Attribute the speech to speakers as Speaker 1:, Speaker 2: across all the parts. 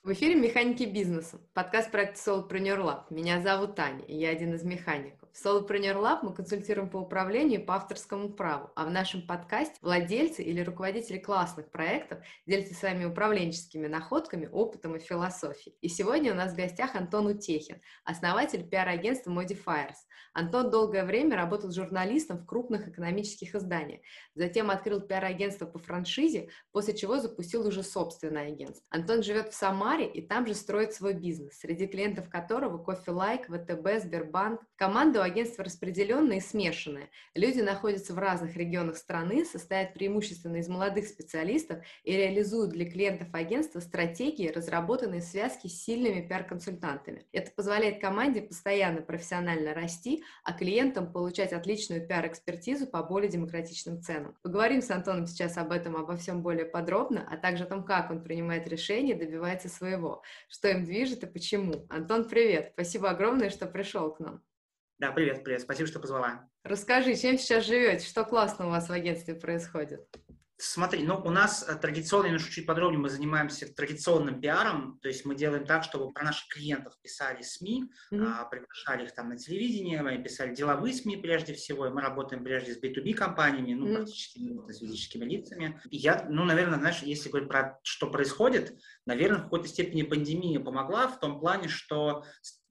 Speaker 1: В эфире «Механики бизнеса», подкаст проекта Solopreneur Lab. Меня зовут Таня, и я один из механиков. В Solopreneur Lab мы консультируем по управлению и по авторскому праву, а в нашем подкасте владельцы или руководители классных проектов делятся своими управленческими находками, опытом и философией. И сегодня у нас в гостях Антон Утехин, основатель пиар-агентства Modifiers. Антон долгое время работал журналистом в крупных экономических изданиях, затем открыл пиар-агентство по франшизе, после чего запустил уже собственное агентство. Антон живет в Самаре и там же строит свой бизнес, среди клиентов которого Coffee-like, ВТБ, Сбербанк. Команда у агентства распределенная и смешанная. Люди находятся в разных регионах страны, состоят преимущественно из молодых специалистов и реализуют для клиентов агентства стратегии, разработанные в связке с сильными пиар-консультантами. Это позволяет команде постоянно профессионально расти, а клиентам получать отличную пиар-экспертизу по более демократичным ценам. Поговорим с Антоном сейчас об этом, обо всем более подробно, а также о том, как он принимает решения, добивается своего, что им движет и почему. Антон, привет! Спасибо огромное, что пришел к нам.
Speaker 2: Да, привет, спасибо, что позвала.
Speaker 1: Расскажи, чем сейчас живете, что классно у вас в агентстве происходит?
Speaker 2: Смотри, у нас традиционно, немножко чуть подробнее, мы занимаемся традиционным пиаром, то есть мы делаем так, чтобы про наших клиентов писали СМИ, приглашали их там на телевидение, мы писали деловые СМИ прежде всего, и мы работаем прежде с B2B компаниями, практически с физическими лицами. И я, наверное, знаешь, если говорить про что происходит, наверное, в какой-то степени пандемия помогла в том плане, что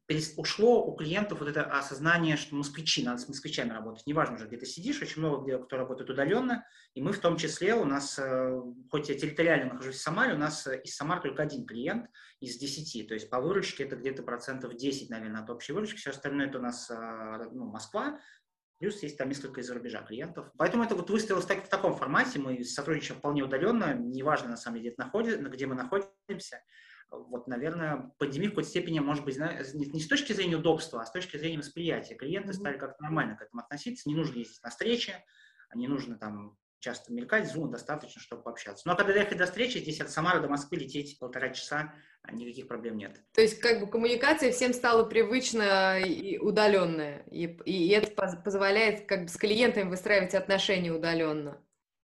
Speaker 2: ушло у клиентов вот это осознание, что москвичи, надо с москвичами работать. Неважно уже, где ты сидишь, очень много где кто работает удаленно, и мы в том числе, у нас, хоть я территориально нахожусь в Самаре, у нас из Самары только один клиент из 10, то есть по выручке это где-то 10%, наверное, от общей выручки, все остальное это у нас Москва, плюс есть там несколько из-за рубежа клиентов. Поэтому это вот выстроилось в таком формате, мы сотрудничаем вполне удаленно, неважно на самом деле, где мы находимся. Вот, наверное, пандемия в какой-то степени, может быть, не с точки зрения удобства, а с точки зрения восприятия. Клиенты стали как-то нормально к этому относиться, не нужно ездить на встречи, не нужно там часто мелькать, зума достаточно, чтобы пообщаться. Но когда доехать до встречи, здесь от Самары до Москвы лететь 1,5 часа, никаких проблем нет.
Speaker 1: То есть как бы коммуникация всем стала привычна и удаленная, и это позволяет как бы с клиентами выстраивать отношения удаленно.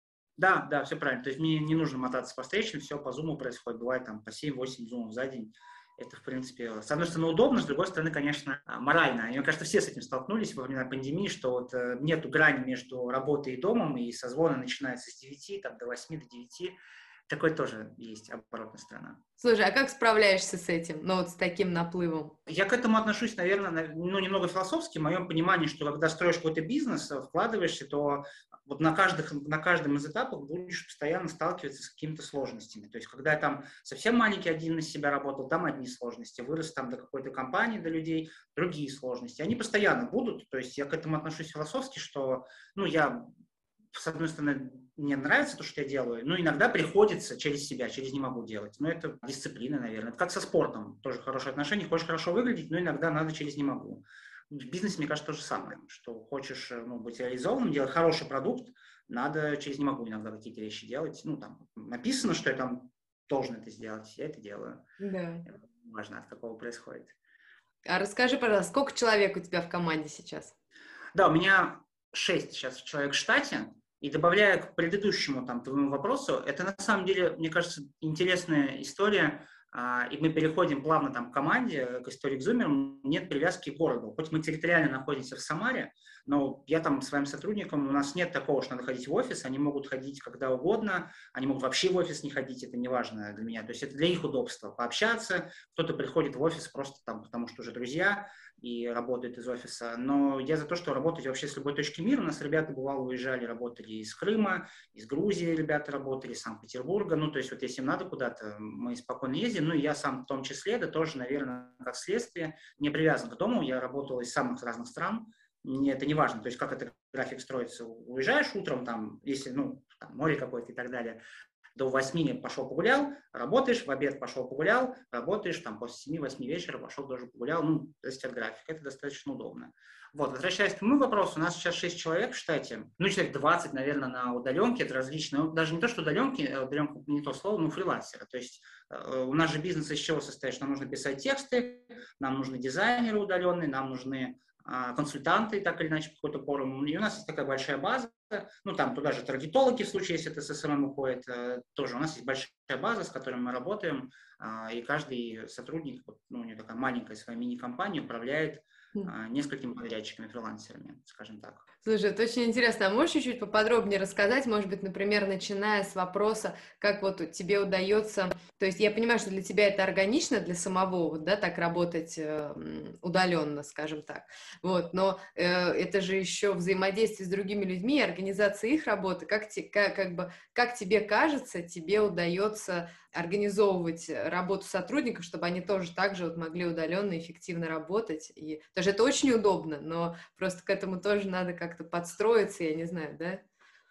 Speaker 2: Да, все правильно. То есть мне не нужно мотаться по встречам, все по зуму происходит. Бывает там по 7-8 зумов за день. Это, в принципе, с одной стороны удобно, с другой стороны, конечно, морально. И мне кажется, все с этим столкнулись во времена пандемии, что вот нету грани между работой и домом, и созвоны начинаются с 9 до 8, до 9. Такой тоже есть оборотная сторона.
Speaker 1: Слушай, а как справляешься с этим, вот с таким наплывом?
Speaker 2: Я к этому отношусь, наверное, немного философски. В моем понимании, что когда строишь какой-то бизнес, вкладываешься, то вот на каждом из этапов будешь постоянно сталкиваться с какими-то сложностями. То есть, когда я там совсем маленький один на себя работал, там одни сложности. Вырос там до какой-то компании, до людей, другие сложности. Они постоянно будут. То есть, я к этому отношусь философски, что, я, с одной стороны, мне нравится то, что я делаю, но иногда приходится через себя, через не могу делать. Но это дисциплина, наверное. Это как со спортом. Тоже хорошие отношения. Хочешь хорошо выглядеть, но иногда надо через не могу. В бизнесе, мне кажется, то же самое. Что хочешь быть реализованным, делать хороший продукт, надо через не могу иногда какие-то вещи делать. Там написано, что я там должен это сделать, я это делаю.
Speaker 1: Да.
Speaker 2: Важно, от какого происходит.
Speaker 1: А расскажи, пожалуйста, сколько человек у тебя в команде сейчас?
Speaker 2: Да, у меня 6 сейчас человек в штате. И добавляя к предыдущему твоему вопросу, это на самом деле, мне кажется, интересная история, и мы переходим плавно к команде, к истории к зумерам, нет привязки к городу. Хоть мы территориально находимся в Самаре, но я своим сотрудникам, у нас нет такого, что надо ходить в офис, они могут ходить когда угодно, они могут вообще в офис не ходить, это не важно для меня, то есть это для их удобства, пообщаться, кто-то приходит в офис просто потому что уже друзья, и работают из офиса. Но я за то, что работать вообще с любой точки мира. У нас ребята, бывало, уезжали, работали из Крыма, из Грузии ребята работали, из Санкт-Петербурга. То есть вот если им надо куда-то, мы спокойно ездим. И я сам в том числе, да тоже, наверное, как следствие, не привязан к дому. Я работал из самых разных стран. Мне это не важно, то есть как этот график строится. Уезжаешь утром, если море какое-то и так далее, до 8 пошел погулял, работаешь, в обед пошел погулял, работаешь, после 7-8 вечера пошел тоже погулял, зависит от графика, это достаточно удобно. Возвращаясь к моему вопросу, у нас сейчас 6 человек в штате, человек 20, наверное, на удаленке, это различные, даже не то, что удаленка не то слово, фрилансеры, то есть у нас же бизнес из чего состоит, что нам нужно писать тексты, нам нужны дизайнеры удаленные, нам нужны консультанты, так или иначе, по какой-то форуму. И у нас есть такая большая база, ну, там туда же таргетологи, в случае, если это с СММ уходит, тоже у нас есть большая база, с которой мы работаем, и каждый сотрудник, ну, у него такая маленькая своя мини-компания, управляет несколькими подрядчиками, фрилансерами, скажем так.
Speaker 1: Слушай, это очень интересно. А можешь чуть-чуть поподробнее рассказать, может быть, например, начиная с вопроса, как вот тебе удается, то есть я понимаю, что для тебя это органично, для самого, вот, да, так работать удаленно, скажем так, вот, но это же еще взаимодействие с другими людьми, организация их работы, как тебе кажется, тебе удается организовывать работу сотрудников, чтобы они тоже так же вот могли удаленно эффективно работать, и тоже это очень удобно, но просто к этому тоже надо как-то подстроиться, я не знаю, да?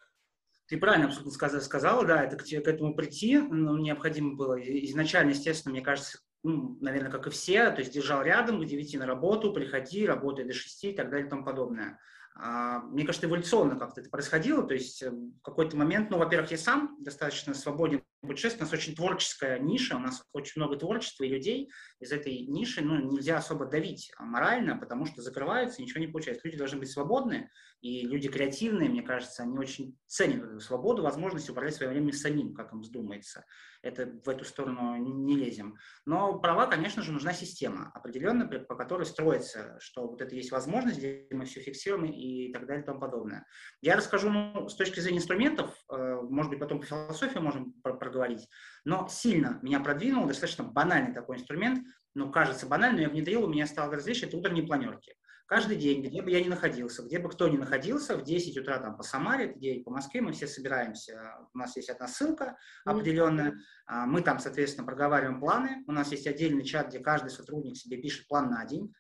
Speaker 2: Ты правильно абсолютно сказала, да, это к этому прийти, но необходимо было изначально, естественно, мне кажется, ну, наверное, как и все, то есть держал рядом, к 9 на работу, приходи, работай до 6 и так далее и тому подобное. Мне кажется, эволюционно как-то это происходило, то есть в какой-то момент, ну, во-первых, я сам достаточно свободен путешествовать, у нас очень творческая ниша, у нас очень много творчества и людей из этой ниши, ну, нельзя особо давить морально, потому что закрываются, ничего не получается. Люди должны быть свободны, и люди креативные, мне кажется, они очень ценят эту свободу, возможность управлять своим временем самим, как им вздумается. Это в эту сторону не лезем. Но права, конечно же, нужна система определенная, по которой строится, что вот это есть возможность, где мы все фиксируем и так далее и тому подобное. Я расскажу, ну, с точки зрения инструментов, может быть, потом по философии можем проговорить, но сильно меня продвинул достаточно банальный такой инструмент, ну, кажется банальным, но я внедрил, у меня стало различие, это утренние планерки. Каждый день, где бы я ни находился, где бы кто ни находился, в 10 утра там по Самаре, в 9 по Москве, мы все собираемся, у нас есть одна ссылка определенная, мы там, соответственно, проговариваем планы, у нас есть отдельный чат, где каждый сотрудник себе пишет план на день,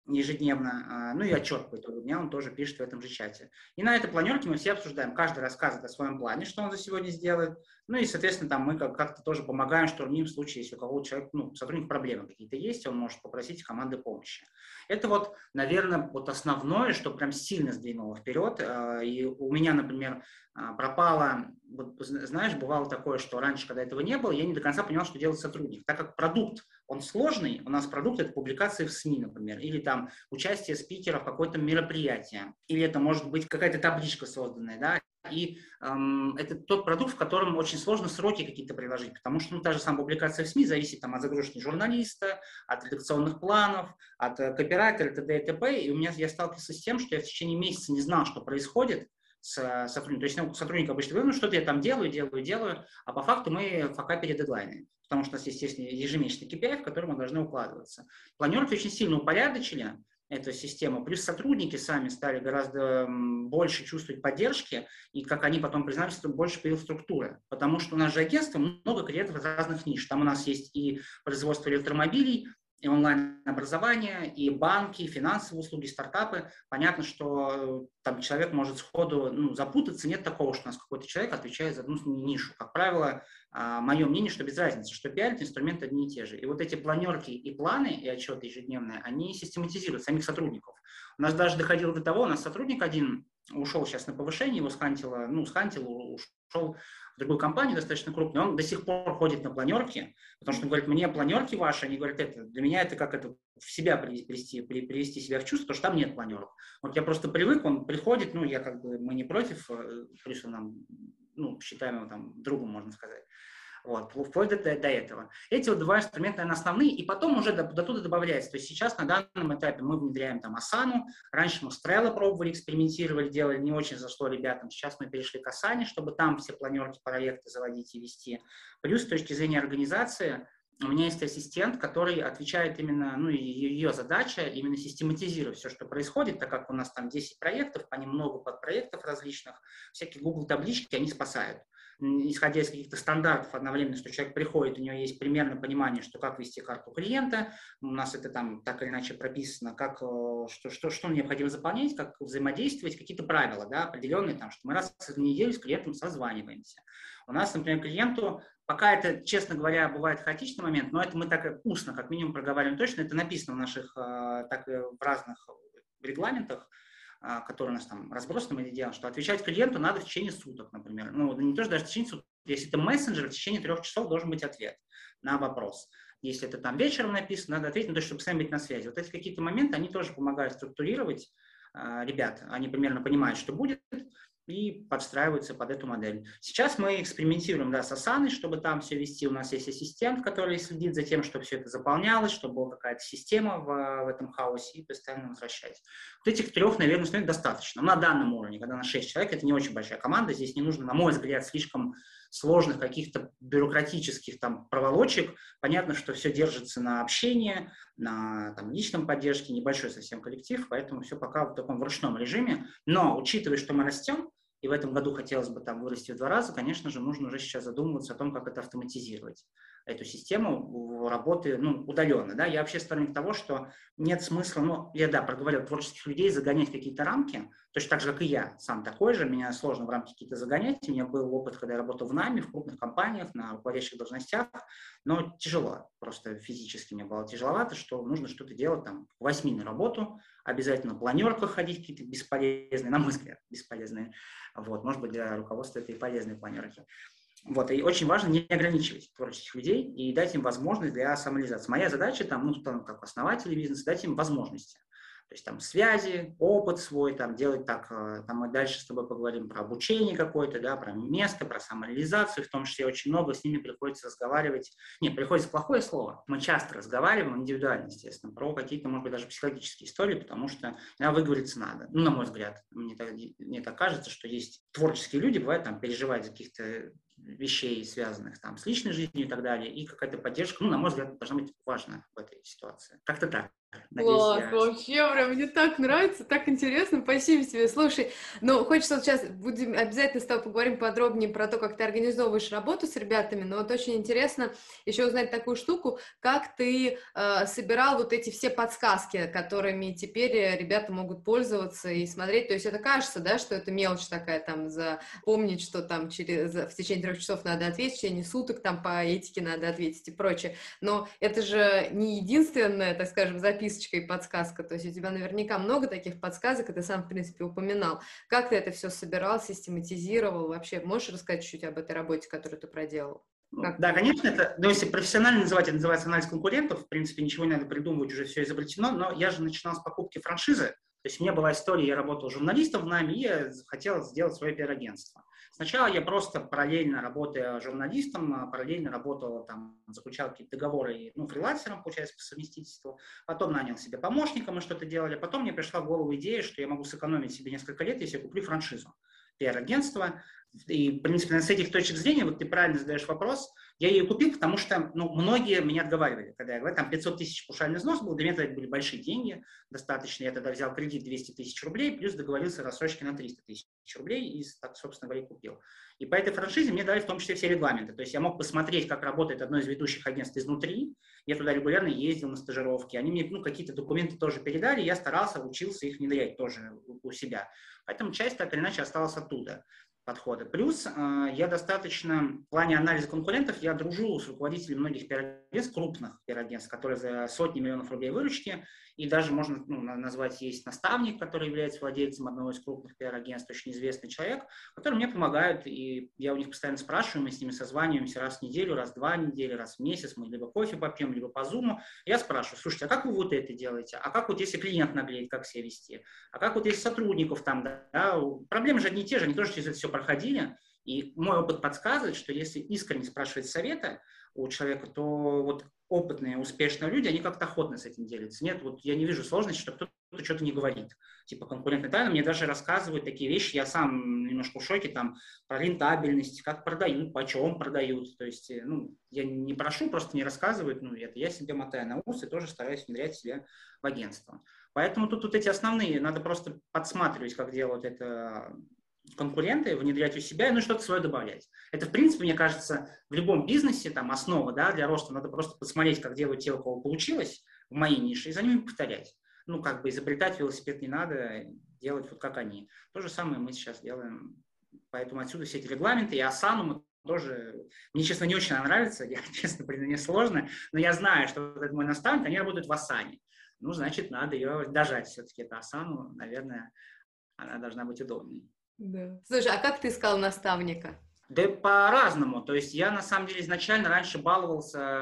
Speaker 2: ежедневно, ну и отчет по итогу дня он тоже пишет в этом же чате. И на этой планерке мы все обсуждаем, каждый рассказывает о своем плане, что он за сегодня сделает, ну и, соответственно, там мы как-то тоже помогаем, штурмим в случае, если у кого-то человек, ну, сотрудник проблемы какие-то есть, он может попросить команды помощи. Это вот, наверное, вот основное, что прям сильно сдвинуло вперед. И у меня, например, пропало, вот, знаешь, бывало такое, что раньше, когда этого не было, я не до конца понимал, что делает сотрудник. Так как продукт, он сложный, у нас продукт – это публикации в СМИ, например, или там участие спикера в какое-то мероприятие, или это может быть какая-то табличка созданная, да, и это тот продукт, в котором очень сложно сроки какие-то приложить, потому что, ну, та же самая публикация в СМИ зависит там от загрузки журналиста, от редакционных планов, от копирайтера, т.д. и т.п. И я сталкивался с тем, что я в течение месяца не знал, что происходит с сотрудником. То есть, ну, сотрудник обычно говорит, ну, что-то я там делаю, а по факту мы факапили дедлайны, потому что у нас есть, естественно, ежемесячный KPI, в который мы должны укладываться. Планерки очень сильно упорядочили эту систему, плюс сотрудники сами стали гораздо больше чувствовать поддержки, и, как они потом признались, что больше появилась структура, потому что у нас же агентство много клиентов из разных ниш, там у нас есть и производство электромобилей, и онлайн-образование, и банки, и финансовые услуги, стартапы. Понятно, что там человек может сходу запутаться. Нет такого, что у нас какой-то человек отвечает за одну нишу. Как правило, мое мнение, что без разницы, что пиарит, инструменты одни и те же. И вот эти планерки и планы, и отчеты ежедневные, они систематизируют самих сотрудников. У нас даже доходило до того, у нас сотрудник один ушел сейчас на повышение, его схантило, ушел в другую компанию достаточно крупную, он до сих пор ходит на планерки, потому что он говорит, мне планерки ваши, они говорят, для меня это как это в себя привести себя в чувство, потому что там нет планерок. Вот я просто привык, он приходит, мы не против, плюс он нам, считаем его там другом, можно сказать. Вот, вплоть до этого. Эти вот два инструмента, наверное, основные, и потом уже до туда добавляется. То есть сейчас на данном этапе мы внедряем там Asana, раньше мы с Trello пробовали, экспериментировали, делали, не очень зашло ребятам. Сейчас мы перешли к Asana, чтобы там все планерки, проекты заводить и вести. Плюс с точки зрения организации, у меня есть ассистент, который отвечает именно, ее задача именно систематизировать все, что происходит, так как у нас там 10 проектов, по ним много подпроектов различных, всякие Google таблички, они спасают. Исходя из каких-то стандартов одновременно, что человек приходит, у него есть примерное понимание, что как вести карту клиента, у нас это там так или иначе прописано, что необходимо заполнять, как взаимодействовать, какие-то правила, да, определенные, там, что мы раз в неделю с клиентом созваниваемся. У нас, например, клиенту, пока это, честно говоря, бывает хаотичный момент, но это мы так устно, как минимум, проговариваем точно, это написано в наших в разных регламентах, которые у нас там разбросаны, мы делаем, что отвечать клиенту надо в течение суток, например. Не то, что даже в течение суток. Если это мессенджер, в течение 3 часов должен быть ответ на вопрос. если это там вечером написано, надо ответить, то есть, чтобы сами быть на связи. Вот эти какие-то моменты, они тоже помогают структурировать ребят. Они примерно понимают, что будет, и подстраиваются под эту модель. Сейчас мы экспериментируем, да, с Asana, чтобы там все вести. У нас есть ассистент, который следит за тем, чтобы все это заполнялось, чтобы была какая-то система в этом хаосе и постоянно возвращать. Вот этих 3, наверное, инструментов достаточно. На данном уровне, когда на 6 человек, это не очень большая команда. Здесь не нужно, на мой взгляд, слишком сложных каких-то бюрократических там проволочек. Понятно, что все держится на общении, на там, личном поддержке, небольшой совсем коллектив, поэтому все пока в таком ручном режиме. Но, учитывая, что мы растем, и в этом году хотелось бы там вырасти в 2 раза, конечно же, нужно уже сейчас задумываться о том, как это автоматизировать, эту систему работы удаленно. Да? Я вообще сторонник того, что нет смысла, я проговорил, творческих людей загонять в какие-то рамки, точно так же, как и я, сам такой же, меня сложно в рамки какие-то загонять. У меня был опыт, когда я работал в найме, в крупных компаниях, на руководящих должностях, но тяжело, просто физически мне было тяжеловато, что нужно что-то делать там к 8 на работу, обязательно планерка ходить, какие-то бесполезные, на мой взгляд, бесполезные. Может быть, для руководства это и полезные планерки. И очень важно не ограничивать творческих людей и дать им возможность для самореализации. Моя задача, как основатель бизнеса, дать им возможности. То есть там связи, опыт свой, делать так, мы дальше с тобой поговорим про обучение какое-то, да, про место, про самореализацию, в том числе очень много с ними приходится разговаривать. Приходится плохое слово. Мы часто разговариваем индивидуально, естественно, про какие-то, может быть, даже психологические истории, потому что выговориться надо. На мой взгляд, мне так кажется, что есть творческие люди, бывает, переживать за каких-то вещей, связанных с личной жизнью и так далее, и какая-то поддержка, на мой взгляд, должна быть важна в этой ситуации. Как-то так. Надеюсь,
Speaker 1: Класс, вообще, прям мне так нравится, так интересно, спасибо тебе. Слушай, хочется сейчас обязательно с тобой поговорим подробнее про то, как ты организовываешь работу с ребятами, но очень интересно еще узнать такую штуку, как ты собирал эти все подсказки, которыми теперь ребята могут пользоваться и смотреть, то есть это кажется, да, что это мелочь такая, запомнить, что в течение 3 часов надо ответить, в течение суток по этике надо ответить и прочее, но это же не единственная, так скажем, записочка и подсказка, то есть у тебя наверняка много таких подсказок, и ты сам, в принципе, упоминал. Как ты это все собирал, систематизировал? Вообще, можешь рассказать чуть-чуть об этой работе, которую ты проделал?
Speaker 2: Да, конечно, если профессионально называть, это называется анализ конкурентов, в принципе, ничего не надо придумывать, уже все изобретено, но я же начинал с покупки франшизы, то есть у меня была история, я работал журналистом в найме, и я хотел сделать свое пиар-агентство. Сначала я просто параллельно, работая журналистом, параллельно работал, заключал какие-то договоры, фрилансером, получается, по совместительству. Потом нанял себе помощника, мы что-то делали. Потом мне пришла в голову идея, что я могу сэкономить себе несколько лет, если я куплю франшизу пиар-агентства. И, в принципе, с этих точек зрения, ты правильно задаешь вопрос, я ее купил, потому что, многие меня отговаривали, когда я говорю, 500 тысяч паушальный взнос был, для меня тогда были большие деньги, достаточно, я тогда взял кредит 200 тысяч рублей, плюс договорился о рассрочке на 300 тысяч рублей и, так, собственно говоря, купил. И по этой франшизе мне дали в том числе все регламенты, то есть я мог посмотреть, как работает одно из ведущих агентств изнутри, я туда регулярно ездил на стажировки, они мне, какие-то документы тоже передали, я старался, учился их внедрять тоже у себя. Поэтому часть так или иначе осталась оттуда. Подхода. Плюс я достаточно, в плане анализа конкурентов, я дружу с руководителями многих пиар-агентств, крупных пиар-агентств, которые за сотни миллионов рублей выручки, и даже можно назвать, есть наставник, который является владельцем одного из крупных пиар-агентств, очень известный человек, который мне помогает, и я у них постоянно спрашиваю, мы с ними созваниваемся раз в неделю, раз в 2 недели, раз в месяц, мы либо кофе попьем, либо по зуму. Я спрашиваю, слушайте, а как вы это делаете? А как если клиент наглеет, как себя вести? А как если сотрудников проблемы же одни и те же, они тоже через это все проходили, и мой опыт подсказывает, что если искренне спрашивать совета у человека, то опытные, успешные люди, они как-то охотно с этим делятся. Нет, я не вижу сложности, что кто-то что-то не говорит. Типа конкурентная тайна, мне даже рассказывают такие вещи, я сам немножко в шоке, про рентабельность, как продают, почем продают. То есть, я не прошу, просто не рассказывают, это я себе мотаю на ус и тоже стараюсь внедрять себе в агентство. Поэтому тут эти основные, надо просто подсматривать, как делают это конкуренты, внедрять у себя и что-то свое добавлять. Это, в принципе, мне кажется, в любом бизнесе основа для роста. Надо просто посмотреть, как делают те, у кого получилось в моей нише, и за ними повторять. Изобретать велосипед не надо, делать как они. То же самое мы сейчас делаем. Поэтому отсюда все эти регламенты. И Asana мы тоже... Мне, честно, не очень нравится, честно признаю, мне сложно, но я знаю, что это мой наставник, они работают в Asana. Значит, надо ее дожать все-таки, эту Asana, наверное, она должна быть удобней.
Speaker 1: Да. Слушай, а как ты искал наставника?
Speaker 2: Да по-разному. То есть я, на самом деле, изначально раньше баловался,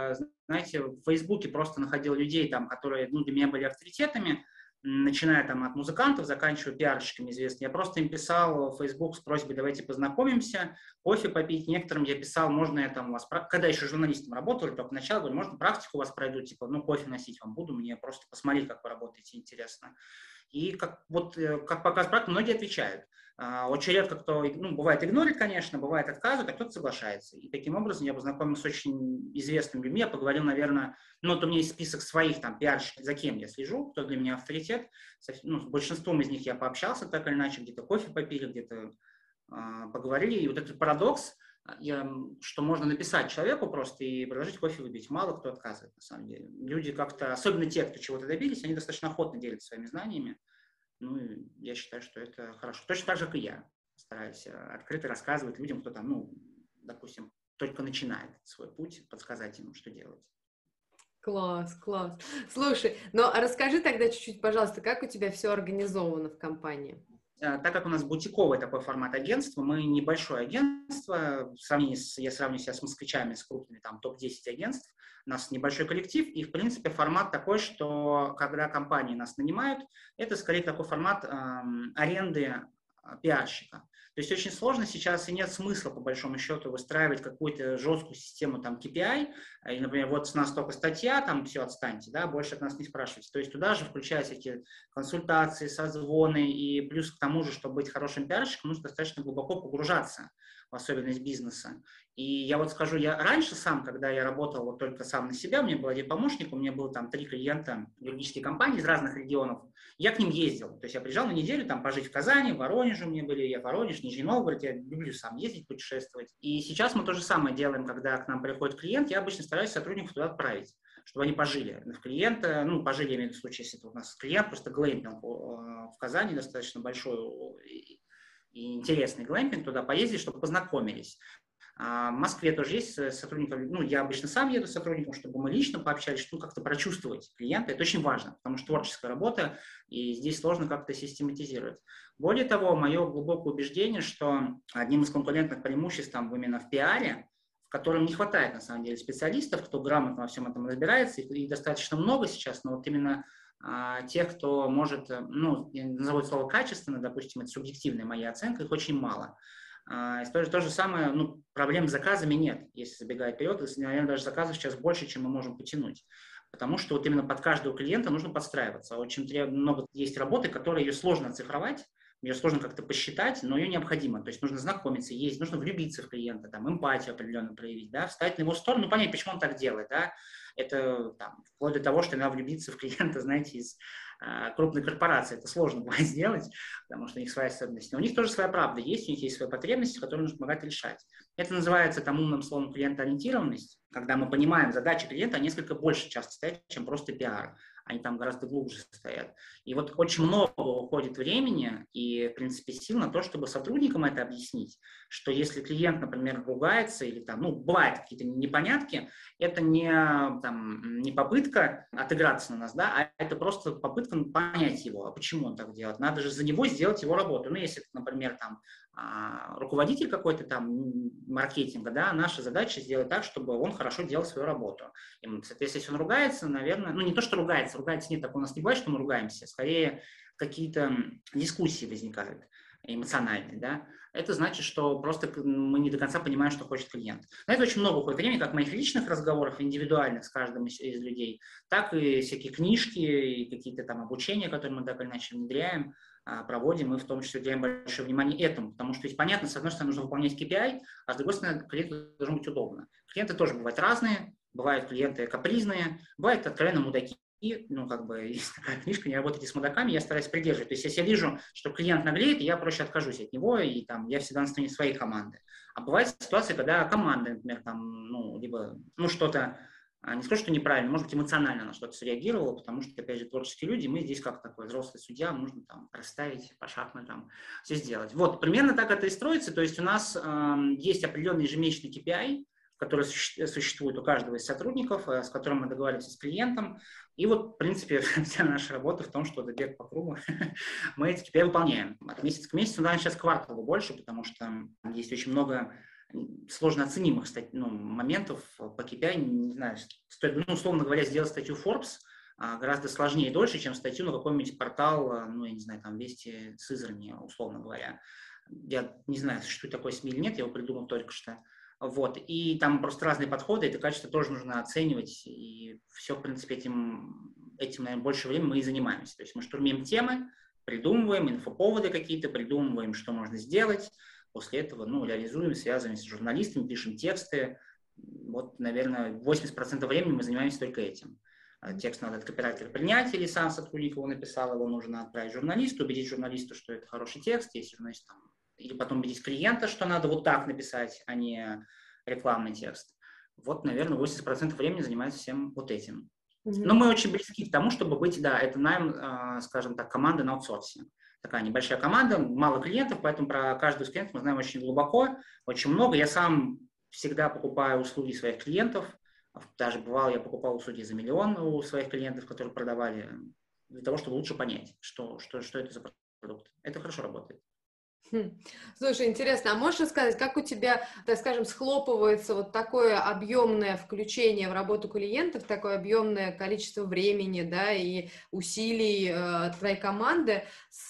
Speaker 2: знаете, в Фейсбуке просто находил людей, там, которые для меня были авторитетами, начиная там от музыкантов, заканчивая пиарщиками известными. Я просто им писал в Facebook с просьбой, давайте познакомимся, кофе попить. Некоторым я писал, можно я там у вас, когда еще журналистом работал, только начало, говорю, можно практику у вас пройду, типа, кофе носить вам буду, мне просто посмотреть, как вы работаете, интересно. И как показывает практика, многие отвечают. Очень редко кто, бывает игнорит, конечно, бывает отказывает, а кто-то соглашается. И таким образом я познакомился с очень известными людьми. Я поговорил, наверное, вот у меня есть список своих там пиарщиков, за кем я слежу, кто для меня авторитет. С большинством из них я пообщался так или иначе, где-то кофе попили, где-то поговорили. И вот этот парадокс, что можно написать человеку просто и предложить кофе выпить. Мало кто отказывает, на самом деле. Люди как-то, особенно те, кто чего-то добились, они достаточно охотно делятся своими знаниями. И я считаю, что это хорошо. Точно так же, как и я. Стараюсь открыто рассказывать людям, кто там, допустим, только начинает свой путь, подсказать ему, что делать.
Speaker 1: Класс, класс. Слушай, а расскажи тогда чуть-чуть, пожалуйста, как у тебя все организовано в компании?
Speaker 2: Так как у нас бутиковый такой формат агентства, мы небольшое агентство, я сравниваю себя с москвичами, с крупными, там, топ-10 агентств, у нас небольшой коллектив, и, в принципе, формат такой, что когда компании нас нанимают, это скорее такой формат аренды пиарщика. То есть очень сложно сейчас и нет смысла, по большому счету, выстраивать какую-то жесткую систему там KPI, и, например, вот с нас только статья, там все, отстаньте, да, больше от нас не спрашивайте. То есть туда же включаются эти консультации, созвоны, и плюс к тому же, чтобы быть хорошим пиарщиком, нужно достаточно глубоко погружаться в особенность бизнеса. И я вот скажу, я раньше сам, когда я работал вот только сам на себя, у меня был один помощник, у меня было там 3 клиента, юридические компании из разных регионов, я к ним ездил. То есть я приезжал на неделю там пожить в Казани, в Воронеже у меня были, я в Воронеж, Нижний Новгород, я люблю сам ездить, путешествовать. И сейчас мы то же самое делаем, когда к нам приходит клиент, я обычно стараюсь сотрудников туда отправить, чтобы они пожили в клиента, пожили, я имею в виду, случае, если это у нас клиент, просто глэмпинг в Казани достаточно большой и интересный глэмпинг, туда поездили, чтобы познакомились. В Москве тоже есть сотрудники, я обычно сам еду с сотрудником, чтобы мы лично пообщались, чтобы как-то прочувствовать клиента. Это очень важно, потому что творческая работа, и здесь сложно как-то систематизировать. Более того, мое глубокое убеждение, что одним из конкурентных преимуществ там именно в пиаре, в котором не хватает на самом деле специалистов, кто грамотно во всем этом разбирается, и достаточно много сейчас, но вот именно тех, кто может, я назову слово качественно, допустим, это субъективная моя оценка, их очень мало. То же самое, проблем с заказами нет, если забегать вперед, наверное, даже заказов сейчас больше, чем мы можем потянуть. Потому что вот именно под каждого клиента нужно подстраиваться. Очень много есть работы, которые ее сложно оцифровать, ее сложно как-то посчитать, но ее необходимо. То есть нужно знакомиться, нужно влюбиться в клиента, там, эмпатию определенно проявить, да, встать на его сторону, понять, почему он так делает. Да. Это вплоть до того, что надо влюбиться в клиента, знаете, из крупной корпорации. Это сложно бывает сделать, потому что у них свои особенности. Но у них тоже своя правда есть, у них есть свои потребности, которые нужно помогать решать. Это называется умным словом клиентоориентированность, когда мы понимаем задачи клиента, несколько больше часто стоят, чем просто пиар. Они там гораздо глубже стоят. И вот очень много уходит времени и, в принципе, сил на то, чтобы сотрудникам это объяснить, что если клиент, например, ругается или бывают какие-то непонятки, это не попытка отыграться на нас, да, а это просто попытка понять его, а почему он так делает. Надо же за него сделать его работу. Если, например, руководитель какой-то маркетинга, да, наша задача сделать так, чтобы он хорошо делал свою работу. И, соответственно, если он ругается, наверное, не то, что ругается нет, так у нас не бывает, что мы ругаемся, скорее какие-то дискуссии возникают эмоциональные, да. Это значит, что просто мы не до конца понимаем, что хочет клиент. На это очень много уходит времени, как моих личных разговоров, индивидуальных с каждым из людей, так и всякие книжки и какие-то обучения, которые мы так или иначе внедряем, проводим, мы в том числе уделяем большое внимание этому, потому что, понятно, с одной стороны, нужно выполнять KPI, а с другой стороны, клиенту должно быть удобно. Клиенты тоже бывают разные, бывают клиенты капризные, бывают откровенно мудаки. Есть такая книжка «Не работайте с мудаками», я стараюсь придерживать. То есть, если я вижу, что клиент наглеет, я проще откажусь от него, и я всегда на стороне своей команды. А бывают ситуации, когда команда, например, либо что-то, не скажу, что неправильно, может быть, эмоционально на что-то среагировало, потому что, опять же, творческие люди, мы здесь как такой взрослый судья, нужно расставить по шахматам, все сделать. Вот, примерно так это и строится, то есть у нас есть определенный ежемесячный KPI, который существует у каждого из сотрудников, с которым мы договариваемся с клиентом. И вот, в принципе, вся наша работа в том, что это бег по кругу. Мы эти KPI выполняем. От месяца к месяцу, наверное, сейчас кварталу больше, потому что есть очень много сложно оценимых моментов по KPI, не знаю, стоит, условно говоря, сделать статью Forbes гораздо сложнее и дольше, чем статью на какой-нибудь портал, я не знаю, там, Вести Сызрани, условно говоря. Я не знаю, существует такой СМИ или нет, я его придумал только что. Вот. И там просто разные подходы, это качество тоже нужно оценивать, и все, в принципе, этим, наверное, больше времени мы и занимаемся. То есть мы штурмим темы, придумываем инфоповоды какие-то, придумываем, что можно сделать, после этого, реализуем, связываемся с журналистами, пишем тексты. Вот, наверное, 80% времени мы занимаемся только этим. Текст надо от копирайтера принять, или сам сотрудник его написал, его нужно отправить журналисту, убедить журналиста, что это хороший текст, если журналист там, или потом убедить клиента, что надо вот так написать, а не рекламный текст. Вот, наверное, 80% времени занимается всем вот этим. Но мы очень близки к тому, чтобы быть, это найм, скажем так, команды на аутсорсе. Такая небольшая команда, мало клиентов, поэтому про каждого из клиентов мы знаем очень глубоко, очень много. Я сам всегда покупаю услуги своих клиентов. Даже бывало, я покупал услуги за $1 миллион у своих клиентов, которые продавали, для того, чтобы лучше понять, что это за продукт. Это хорошо работает.
Speaker 1: Слушай, интересно, а можешь рассказать, как у тебя, так скажем, схлопывается вот такое объемное включение в работу клиентов, такое объемное количество времени, и усилий твоей команды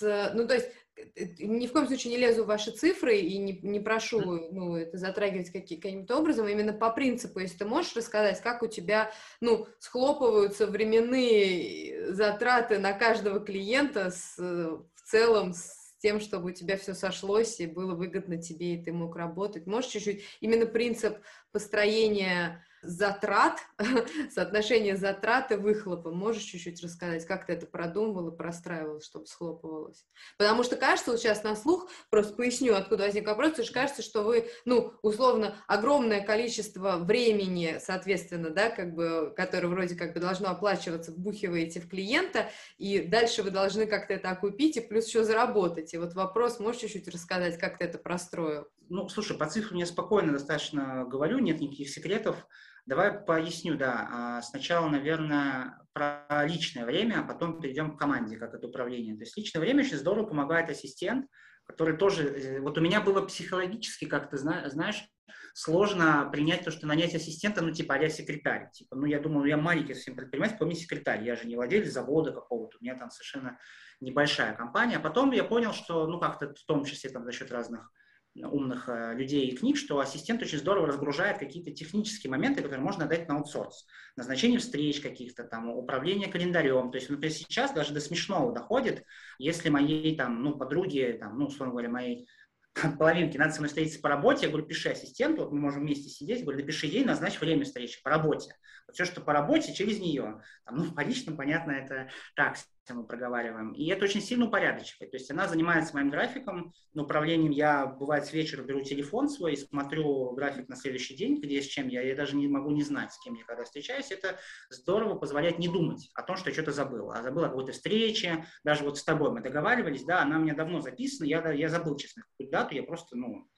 Speaker 1: то есть ни в коем случае не лезу в ваши цифры и не прошу, это затрагивать каким-то образом, именно по принципу, если ты можешь рассказать, как у тебя, схлопываются временные затраты на каждого клиента в целом с тем, чтобы у тебя все сошлось и было выгодно тебе, и ты мог работать. Можешь чуть-чуть именно принцип построения затрат, соотношение затрат и выхлопа, можешь чуть-чуть рассказать, как ты это продумывал и простраивал, чтобы схлопывалось? Потому что кажется, вот сейчас на слух, просто поясню, откуда возник вопрос, потому что кажется, что вы, условно, огромное количество времени, соответственно, которое вроде как бы должно оплачиваться, вбухиваете в клиента, и дальше вы должны как-то это окупить и плюс еще заработать. И вот вопрос, можешь чуть-чуть рассказать, как ты это простроил?
Speaker 2: Слушай, по цифрам я спокойно достаточно говорю, нет никаких секретов. Давай поясню, Сначала, наверное, про личное время, а потом перейдем к команде, как это управление. То есть личное время очень здорово помогает ассистент, который тоже... Вот у меня было психологически, как ты знаешь, сложно принять то, что нанять ассистента, а-ля секретарь. Я думал, я маленький совсем предприниматель, какой мне секретарь, я же не владелец завода какого-то, у меня там совершенно небольшая компания. А потом я понял, что, как-то в том числе за счет разных умных людей и книг, что ассистент очень здорово разгружает какие-то технические моменты, которые можно отдать на аутсорс. Назначение встреч каких-то там, управление календарем. То есть, например, сейчас даже до смешного доходит, если моей подруге, условно говоря, моей половинки надо со мной встретиться по работе, я говорю, пиши ассистенту, вот мы можем вместе сидеть, я говорю, напиши ей, назначь время встречи по работе. Вот все, что по работе, через нее. По личному, понятно, это так мы проговариваем. И это очень сильно упорядочивает. То есть она занимается моим графиком, управлением. Я, бывает, с вечера беру телефон свой и смотрю график на следующий день, где с чем я даже не могу не знать, с кем я когда встречаюсь. Это здорово позволяет не думать о том, что я что-то забыл. А забыл о какой-то встрече, даже вот с тобой мы договаривались, она у меня давно записана, я забыл, честно, какую дату, я просто,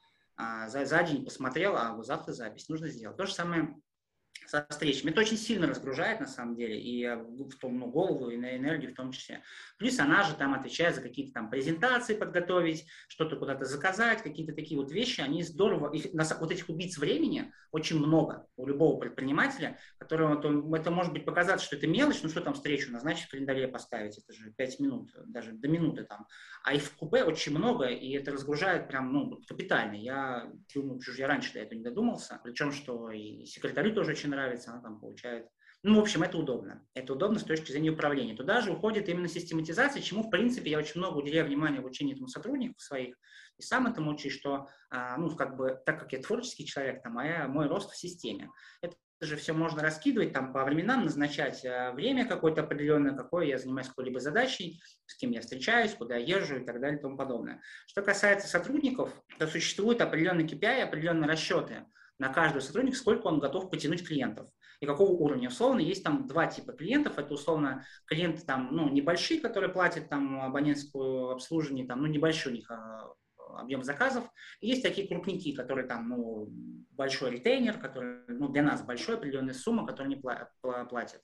Speaker 2: за день посмотрел, а завтра запись нужно сделать. То же самое со встречами. Это очень сильно разгружает, на самом деле, и в том, голову, и на энергию в том числе. Плюс она же там отвечает за какие-то там презентации подготовить, что-то куда-то заказать, какие-то такие вот вещи, они здорово, вот этих убийц времени очень много у любого предпринимателя, которого, это может быть показаться, что это мелочь, что там встречу назначить, в календаре поставить, это же 5 минут, даже до минуты там. А их в купе очень много, и это разгружает прям, капитально. Я думаю, что я раньше до этого не додумался, причем, что и секретарю тоже очень нравится, она там получает. В общем, это удобно. Это удобно с точки зрения управления. Туда же уходит именно систематизация, чему, в принципе, я очень много уделяю внимания в учении этому сотрудников своих. И сам этому учусь, что, так как я творческий человек, мой рост в системе. Это же все можно раскидывать, по временам назначать время какое-то определенное, какое я занимаюсь какой-либо задачей, с кем я встречаюсь, куда я езжу и так далее и тому подобное. Что касается сотрудников, то существуют определенные KPI, определенные расчеты на каждого сотрудника, сколько он готов потянуть клиентов и какого уровня. Условно, есть два типа клиентов. Это, условно, клиенты небольшие, которые платят абонентское обслуживание, небольшой у них объем заказов. И есть такие крупники, которые большой ретейнер, который для нас большой, определенная сумма, которую они платят.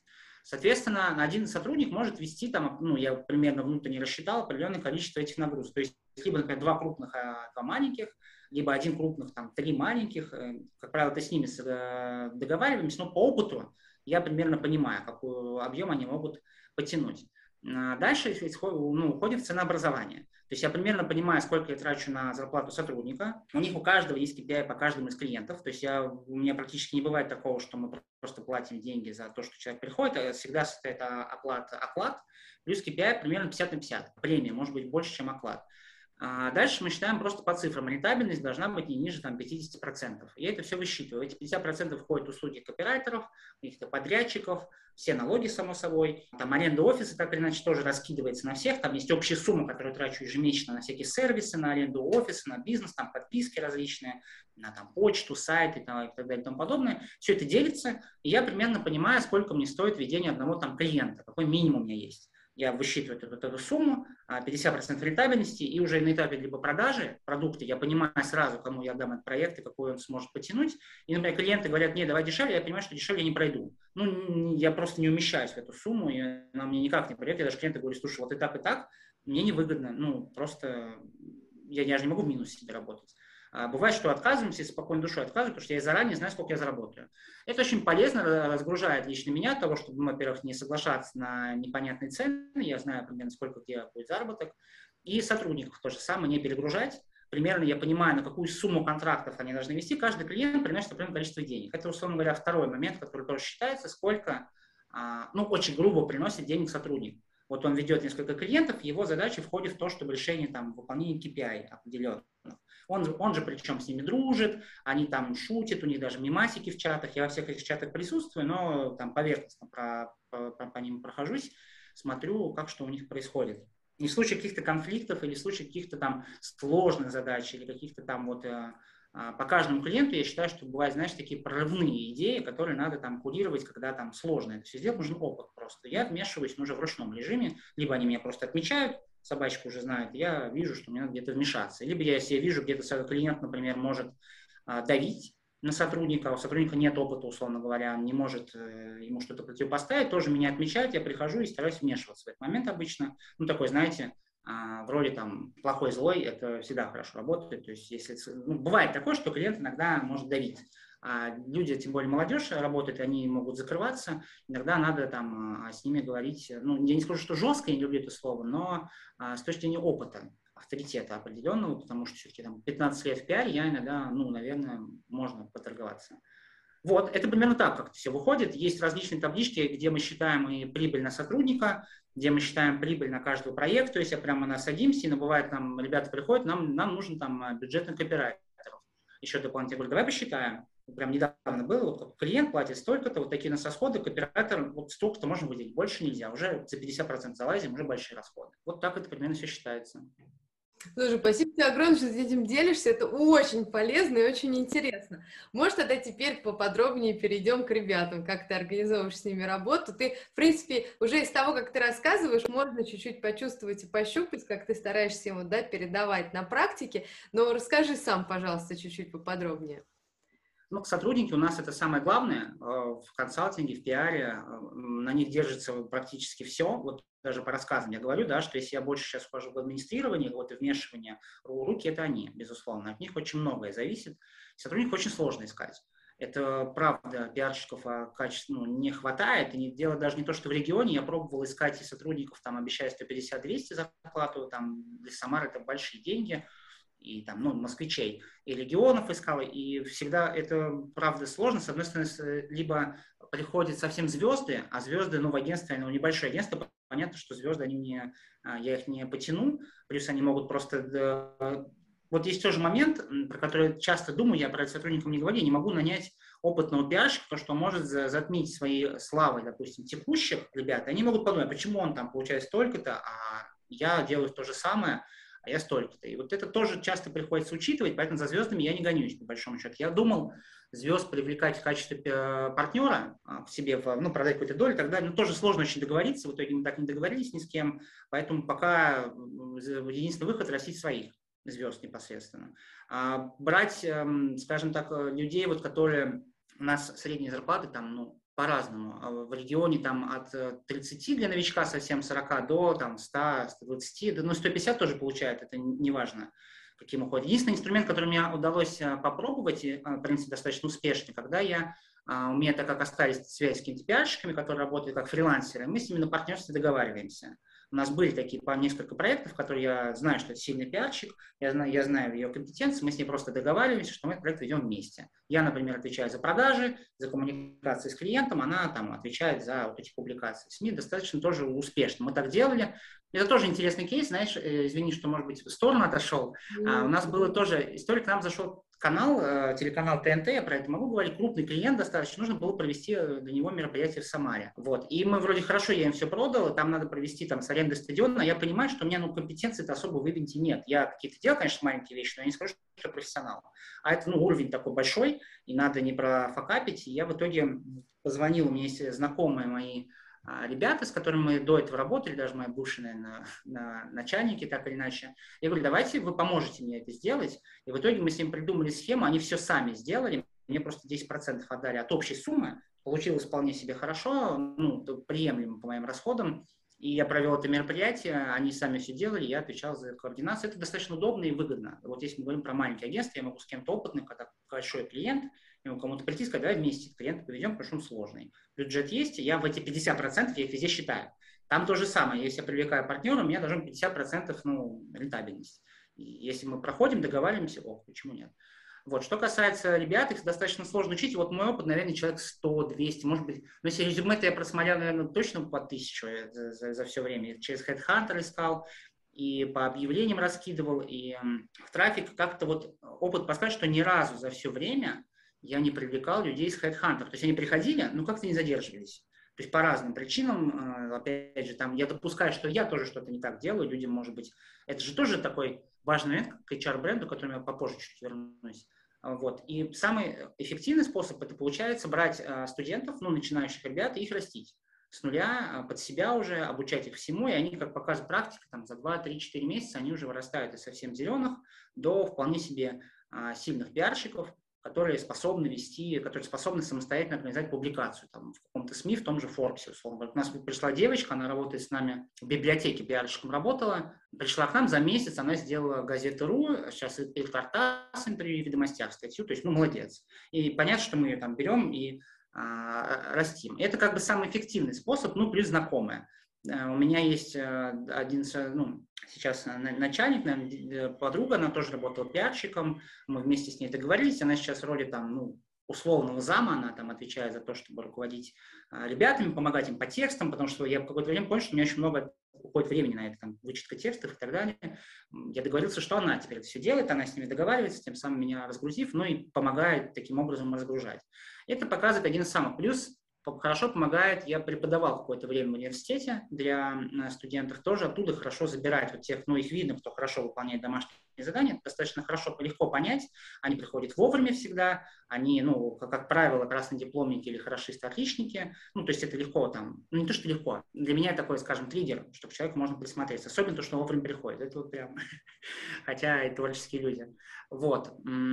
Speaker 2: Соответственно, один сотрудник может вести, я примерно внутренне рассчитал определенное количество этих нагрузок. То есть либо, например, 2 крупных, 2 маленьких, либо 1 крупных, там, 3 маленьких. Как правило, ты с ними договариваемся, но по опыту я примерно понимаю, какой объем они могут потянуть. Дальше уходит в ценообразование. То есть я примерно понимаю, сколько я трачу на зарплату сотрудника. У них у каждого есть KPI по каждому из клиентов. То есть у меня практически не бывает такого, что мы просто платим деньги за то, что человек приходит. Всегда это оклад плюс KPI примерно 50 на 50. Премия может быть больше, чем оклад. Дальше мы считаем просто по цифрам. Рентабельность должна быть не ниже 50%. Я это все высчитываю. Эти 50% входят услуги копирайтеров, каких-то подрядчиков, все налоги, само собой. Там аренда офиса, так или иначе, тоже раскидывается на всех. Там есть общая сумма, которую трачу ежемесячно на всякие сервисы, на аренду офиса, на бизнес, там подписки различные, на там, почту, сайты и так далее и тому подобное. Все это делится, и я примерно понимаю, сколько мне стоит ведение одного там клиента, какой минимум у меня есть. Я высчитываю эту сумму, 50% рентабельности, и уже на этапе либо продажи продукта я понимаю сразу, кому я дам этот проект и какой он сможет потянуть. И, например, клиенты говорят, не, давай дешевле, я понимаю, что дешевле я не пройду. Я просто не умещаюсь в эту сумму, и она мне никак не пройдет. Я даже клиенту говорю, слушай, вот и так, мне невыгодно, просто я же не могу в минусе себе работать. Бывает, что отказываемся, и спокойной душой отказываю, потому что я заранее знаю, сколько я заработаю. Это очень полезно, разгружает лично меня от того, чтобы, во-первых, не соглашаться на непонятные цены, я знаю примерно, сколько где будет заработок, и сотрудников то же самое, не перегружать. Примерно я понимаю, на какую сумму контрактов они должны вести. Каждый клиент приносит определенное количество денег. Это, условно говоря, второй момент, который тоже считается, сколько, очень грубо приносит денег сотрудник. Вот он ведет несколько клиентов, его задача входит в то, чтобы решение выполнения KPI определенных. Он же причем с ними дружит, они там шутят, у них даже мемасики в чатах. Я во всех этих чатах присутствую, но там поверхностно по ним прохожусь, смотрю, что у них происходит. И в случае каких-то конфликтов или в случае каких-то там сложных задач или каких-то там по каждому клиенту я считаю, что бывают, знаешь, такие прорывные идеи, которые надо там курировать, когда там сложно это все сделать, нужен опыт просто. Я вмешиваюсь уже в ручном режиме, либо они меня просто отмечают, собачка уже знает, я вижу, что мне надо где-то вмешаться. Либо если я вижу, где-то клиент, например, может давить на сотрудника, у сотрудника нет опыта, условно говоря, он не может ему что-то противопоставить, тоже меня отмечают, я прихожу и стараюсь вмешиваться в этот момент обычно. Такой, знаете, в роли там плохой-злой, это всегда хорошо работает. То есть, если бывает такое, что клиент иногда может давить. А люди, тем более молодежь работает, они могут закрываться. Иногда надо там с ними говорить, я не скажу, что жестко, я не люблю это слово, но с точки зрения опыта, авторитета определенного, потому что все-таки там 15 лет в пиаре, я иногда, наверное, можно поторговаться. Вот, это примерно так как все выходит. Есть различные таблички, где мы считаем и прибыль на сотрудника, где мы считаем прибыль на каждый проект. То есть я прямо садимся, и бывает, нам ребята приходят, нам нужен там бюджетных копирайтеров. Еще дополнительно говорю, давай посчитаем. Прям недавно было, клиент платит столько-то, вот такие у нас расходы, копирайтер вот столько-то можно выделить, больше нельзя. Уже за 50% залазим, уже большие расходы. Вот так это примерно все считается.
Speaker 1: Слушай, спасибо тебе огромное, что ты этим делишься. Это очень полезно и очень интересно. Может, тогда теперь поподробнее перейдем к ребятам, как ты организовываешь с ними работу. Ты, в принципе, уже из того, как ты рассказываешь, можно чуть-чуть почувствовать и пощупать, как ты стараешься ему передавать на практике. Но расскажи сам, пожалуйста, чуть-чуть поподробнее.
Speaker 2: Сотрудники у нас это самое главное в консалтинге, в пиаре, на них держится практически все. Вот даже по рассказам я говорю, да, что если я больше сейчас вхожу в администрирование, и вмешивание, руки это они, безусловно. От них очень многое зависит. Сотрудников очень сложно искать. Это правда, пиарщиков не хватает. И дело даже не то, что в регионе. Я пробовал искать и сотрудников, обещая 150-200 зарплату, для Самары это большие деньги. И москвичей, и регионов искал, и всегда это, правда, сложно. С одной стороны, либо приходят совсем звезды, а звезды, в агентстве, небольшое агентство, понятно, что звезды, я их не потяну, плюс они могут просто... Вот есть тоже момент, про который часто думаю, я про это сотрудникам не говорю, я не могу нанять опытного пиарщика, потому что он может затмить своей славой, допустим, текущих ребят, и они могут подумать, почему он получает столько-то, а я делаю то же самое, а я столько-то. И вот это тоже часто приходится учитывать, поэтому за звездами я не гонюсь, по большому счету. Я думал звезд привлекать в качестве партнера к себе, продать какую-то долю и так далее. Но тоже сложно очень договориться, в итоге мы так не договорились ни с кем, поэтому пока единственный выход – растить своих звезд непосредственно. Брать, скажем так, людей, которые у нас средние зарплаты, по-разному. В регионе там от 30 для новичка совсем 40 до там 100, 120, ну 150 тоже получает, это не важно, каким уходит. Единственный инструмент, который мне удалось попробовать, и, в принципе, достаточно успешно, когда у меня так как остались связи с какими-то пиарщиками, которые работают как фрилансеры, мы с ними на партнерстве договариваемся. У нас были такие несколько проектов, которые я знаю, что это сильный пиарщик, я знаю ее компетенции, мы с ней просто договариваемся, что мы этот проект ведем вместе. Я, например, отвечаю за продажи, за коммуникации с клиентом, она там отвечает за вот эти публикации. СМИ достаточно тоже успешно. Мы так делали. Это тоже интересный кейс, знаешь, извини, что, может быть, в сторону отошел. У нас было тоже история, к нам зашел телеканал ТНТ, я про это могу говорить, крупный клиент достаточно, нужно было провести для него мероприятие в Самаре. Вот. И мы вроде хорошо, я им все продал, там надо провести там с аренды стадиона, я понимаю, что у меня компетенции-то особо в ивенте нет. Я какие-то делаю, конечно, маленькие вещи, но я не скажу, что я профессионал. А это уровень такой большой, и надо не профокапить. И я в итоге позвонил, у меня есть знакомые мои ребята, с которыми мы до этого работали, даже мои бывшие, наверное, начальники, так или иначе. Я говорю, давайте вы поможете мне это сделать. И в итоге мы с ним придумали схему, они все сами сделали, мне просто 10% отдали от общей суммы. Получилось вполне себе хорошо, приемлемо по моим расходам. И я провел это мероприятие, они сами все делали, я отвечал за координацию. Это достаточно удобно и выгодно. Вот если мы говорим про маленькие агентства, я могу с кем-то опытным, когда большой клиент, я могу кому-то прийти и сказать, давай вместе клиента поведем, потому что он сложный. Бюджет есть, я в эти 50% я их везде считаю. Там то же самое, если я привлекаю партнера, у меня должен быть 50% рентабельность. И если мы проходим, договариваемся, почему нет? Вот. Что касается ребят, их достаточно сложно учить. Вот мой опыт, наверное, человек 100-200, может быть. Но если резюме-то я просмотрел, наверное, точно по 1000 за все время. Я через HeadHunter искал, и по объявлениям раскидывал, и в трафик. Как-то вот опыт подсказывает, что ни разу за все время я не привлекал людей с HeadHunter. То есть они приходили, но как-то не задерживались. То есть по разным причинам, опять же, там я допускаю, что я тоже что-то не так делаю, людям, может быть, это же тоже такой важный момент к HR-бренду, к которому я попозже чуть вернусь. Вот. И самый эффективный способ это получается брать студентов, начинающих ребят, и их растить с нуля, под себя уже, обучать их всему, и они, как показывает практика, там, за 2-3-4 месяца они уже вырастают из совсем зеленых до вполне себе сильных пиарщиков, которые способны вести, которые способны самостоятельно организовать публикацию там, в каком-то СМИ, в том же Форбсе. Условно. У нас пришла девочка, она работает с нами в библиотеке, пиарщиком работала, пришла к нам за месяц, она сделала газету.ру, сейчас и Тартас интервью, и Ведомостях статью, то есть, молодец. И понятно, что мы ее там берем и растим. Это как бы самый эффективный способ, плюс знакомые. У меня есть один, сейчас начальник, наверное, подруга, она тоже работала пиарщиком, мы вместе с ней договорились, она сейчас в роли там, условного зама, она там отвечает за то, чтобы руководить ребятами, помогать им по текстам, потому что я в какое-то время понял, что у меня очень много уходит времени на это, там, вычетка текстов и так далее. Я договорился, что она теперь это все делает, она с ними договаривается, тем самым меня разгрузив, и помогает таким образом разгружать. Это показывает один из самых. Плюс хорошо помогает, я преподавал какое-то время в университете для студентов, тоже оттуда хорошо забирать вот тех, их видно, кто хорошо выполняет домашние задания, достаточно хорошо, легко понять, они приходят вовремя всегда, они, как правило, красные дипломники или хорошисты, отличники, то есть это легко там, не то, что легко, для меня такой, скажем, триггер, чтобы человеку можно присмотреться, особенно то, что вовремя приходит, это вот прям, хотя и творческие люди, вот.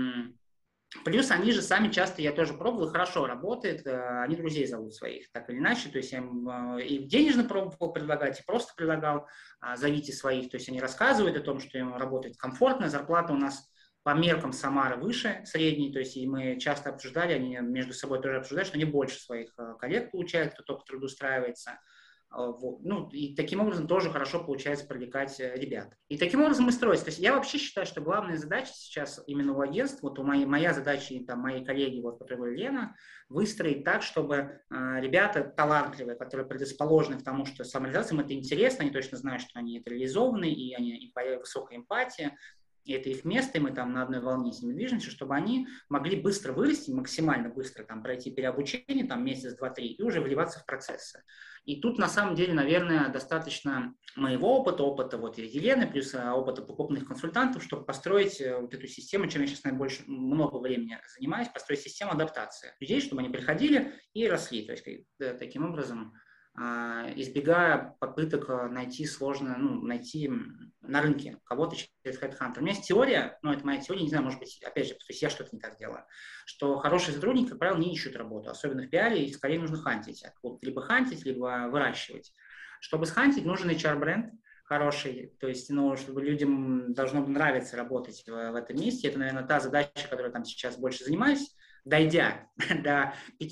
Speaker 2: Плюс они же сами часто, я тоже пробовал, хорошо работает, они друзей зовут своих, так или иначе, то есть я им и денежно пробовал предлагать, и просто предлагал, зовите своих, то есть они рассказывают о том, что им работает комфортно, зарплата у нас по меркам Самары выше средней, то есть и мы часто обсуждали, они между собой тоже обсуждают, что они больше своих коллег получают, кто только трудоустраивается. Вот. И таким образом тоже хорошо получается привлекать ребят. И таким образом и строится. То есть я вообще считаю, что главная задача сейчас именно у агентств, вот моя задача и там мои коллеги, вот, которые Лена, выстроить так, чтобы ребята талантливые, которые предрасположены к тому, что самореализация им это интересно, они точно знают, что они это реализованы, и им высокая эмпатия, и это их место, и мы там на одной волне с ними движемся, чтобы они могли быстро вырасти, максимально быстро там пройти переобучение, там месяц, два, три, и уже вливаться в процессы. И тут, на самом деле, наверное, достаточно моего опыта вот Елены, плюс опыта покупных консультантов, чтобы построить вот эту систему, чем я сейчас, наверное, много времени занимаюсь, построить систему адаптации людей, чтобы они приходили и росли. То есть таким образом избегая попыток найти найти на рынке кого-то через HeadHunter. У меня есть теория, но это моя теория, не знаю, может быть, опять же, то есть я что-то не так делаю, что хорошие сотрудники, как правило, не ищут работу, особенно в пиаре, и скорее нужно хантить. Либо хантить, либо выращивать. Чтобы схантить, нужен HR-бренд хороший, то есть, чтобы людям должно нравиться работать в этом месте. Это, наверное, та задача, которой я там сейчас больше занимаюсь. Дойдя до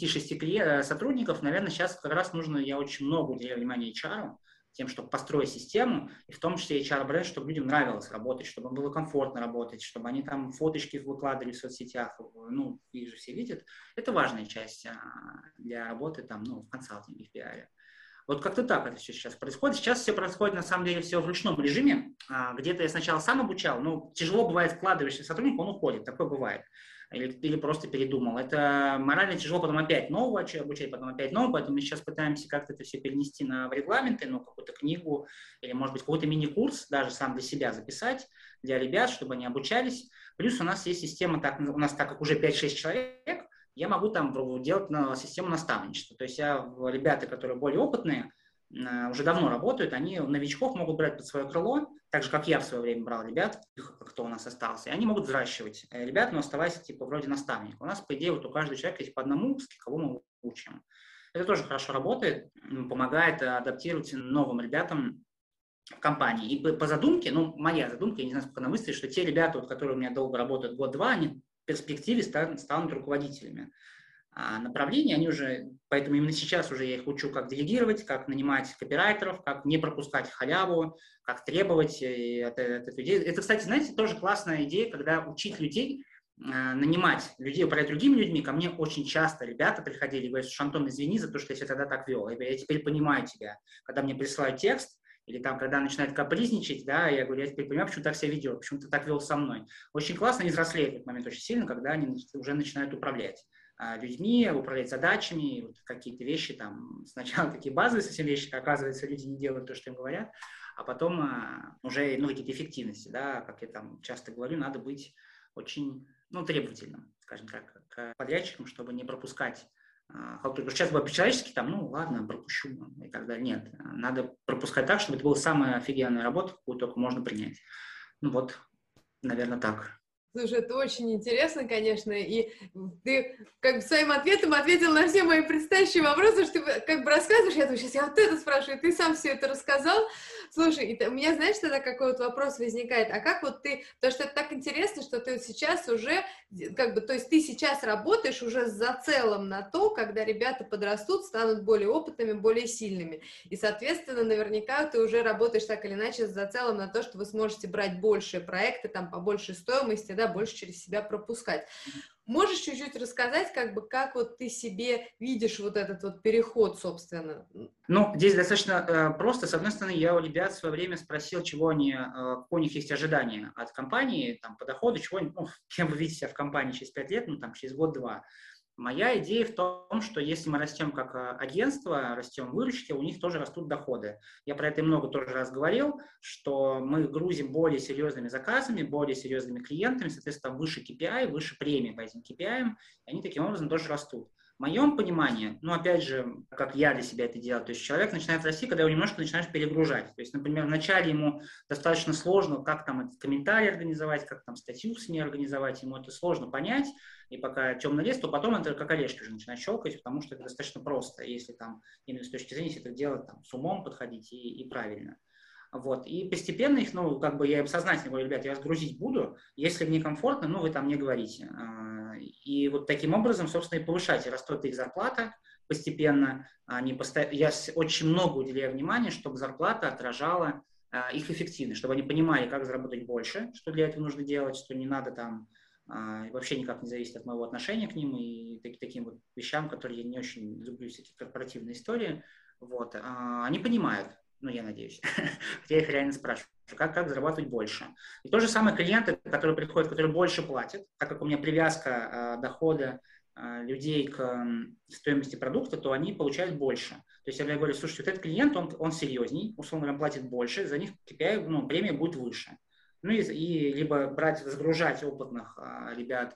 Speaker 2: 5-6 сотрудников, наверное, сейчас как раз я очень много уделяю внимания HR, тем, чтобы построить систему, и в том числе HR-бренд, чтобы людям нравилось работать, чтобы им было комфортно работать, чтобы они там фоточки выкладывали в соцсетях, их же все видят. Это важная часть для работы в консалтинге, в пиаре. Вот как-то так это все сейчас происходит. Сейчас все происходит, на самом деле, все в ручном режиме. Где-то я сначала сам обучал, но тяжело бывает, вкладываешься сотрудника, он уходит, такое бывает. Или просто передумал. Это морально тяжело потом опять нового обучать, потом опять нового, поэтому мы сейчас пытаемся как-то это все перенести в регламенты, какую-то книгу или, может быть, какой-то мини-курс даже сам для себя записать, для ребят, чтобы они обучались. Плюс у нас есть система, у нас так как уже 5-6 человек, я могу там делать систему наставничества. То есть ребята, которые более опытные, уже давно работают, они новичков могут брать под свое крыло, так же, как я в свое время брал ребят, кто у нас остался, и они могут взращивать ребят, но оставаясь вроде наставника. У нас, по идее, у каждого человека есть по одному, кого мы учим. Это тоже хорошо работает, помогает адаптировать новым ребятам в компании. И по задумке, моя задумка, я не знаю, сколько она выстрелит, что те ребята, которые у меня долго работают, год-два, они в перспективе станут руководителями направлений, они уже, поэтому именно сейчас уже я их учу, как делегировать, как нанимать копирайтеров, как не пропускать халяву, как требовать от людей. Это, кстати, знаете, тоже классная идея, когда учить людей, нанимать людей, управлять другими людьми. Ко мне очень часто ребята приходили и говорят: Антон, извини за то, что я себя тогда так вел. Я теперь понимаю тебя. Когда мне присылают текст, или когда начинает капризничать, я говорю: я теперь понимаю, почему так себя ведет, почему ты так вел со мной. Очень классно, они взрослеют в этот момент очень сильно, когда они уже начинают управлять людьми, управлять задачами, какие-то вещи, сначала такие базовые совсем вещи, оказывается, люди не делают то, что им говорят, а потом уже какие-то эффективности, как я часто говорю, надо быть очень требовательным, скажем так, к подрядчикам, чтобы не пропускать халтуру. Сейчас по-человечески ладно, пропущу и так далее. Нет, надо пропускать так, чтобы это была самая офигенная работа, какую только можно принять. Наверное, так.
Speaker 1: Слушай, это очень интересно, конечно, и ты своим ответом ответил на все мои предстоящие вопросы, что ты рассказываешь, я думаю, сейчас я это спрашиваю, ты сам все это рассказал. Слушай, у меня, знаешь, тогда какой вопрос возникает, а как ты, потому что это так интересно, что ты сейчас уже, то есть ты сейчас работаешь уже с зацелом на то, когда ребята подрастут, станут более опытными, более сильными, и, соответственно, наверняка ты уже работаешь так или иначе с зацелом на то, что вы сможете брать большие проекты, по большей стоимости, больше через себя пропускать. Можешь чуть-чуть рассказать, как ты себе видишь этот переход, собственно?
Speaker 2: Здесь достаточно просто. С одной стороны, я у ребят в свое время спросил, какие у них есть ожидания от компании, по доходу, кем вы видите себя в компании через 5 лет, через год-два. Моя идея в том, что если мы растем как агентство, растем в выручке, у них тоже растут доходы. Я про это много тоже раз говорил, что мы грузим более серьезными заказами, более серьезными клиентами, соответственно, выше KPI, выше премии по этим KPI, и они таким образом тоже растут. В моем понимании, опять же, как я для себя это делаю, то есть человек начинает расти, когда его немножко начинаешь перегружать. То есть, например, вначале ему достаточно сложно, как этот комментарий организовать, как статью в СМИ организовать, ему это сложно понять, и пока темный лес, то потом это как орешки уже начинает щелкать, потому что это достаточно просто, если именно с точки зрения, если это делать с умом подходить и правильно. И постепенно их, я им сознательно говорю: ребят, я вас грузить буду, если мне комфортно, вы не говорите. И таким образом, собственно, и повышать, и растет их зарплата постепенно. Я очень много уделяю внимания, чтобы зарплата отражала их эффективность, чтобы они понимали, как заработать больше, что для этого нужно делать, что не надо вообще никак не зависит от моего отношения к ним и таким вещам, которые я не очень люблю, всякие корпоративные истории. Они понимают. Я надеюсь. Я их реально спрашиваю, как зарабатывать больше. И то же самое клиенты, которые приходят, которые больше платят, так как у меня привязка дохода людей к стоимости продукта, то они получают больше. То есть я говорю: слушайте, этот клиент, он серьезней, условно говоря, платит больше, за них KPI, премия будет выше. И либо разгружать опытных ребят,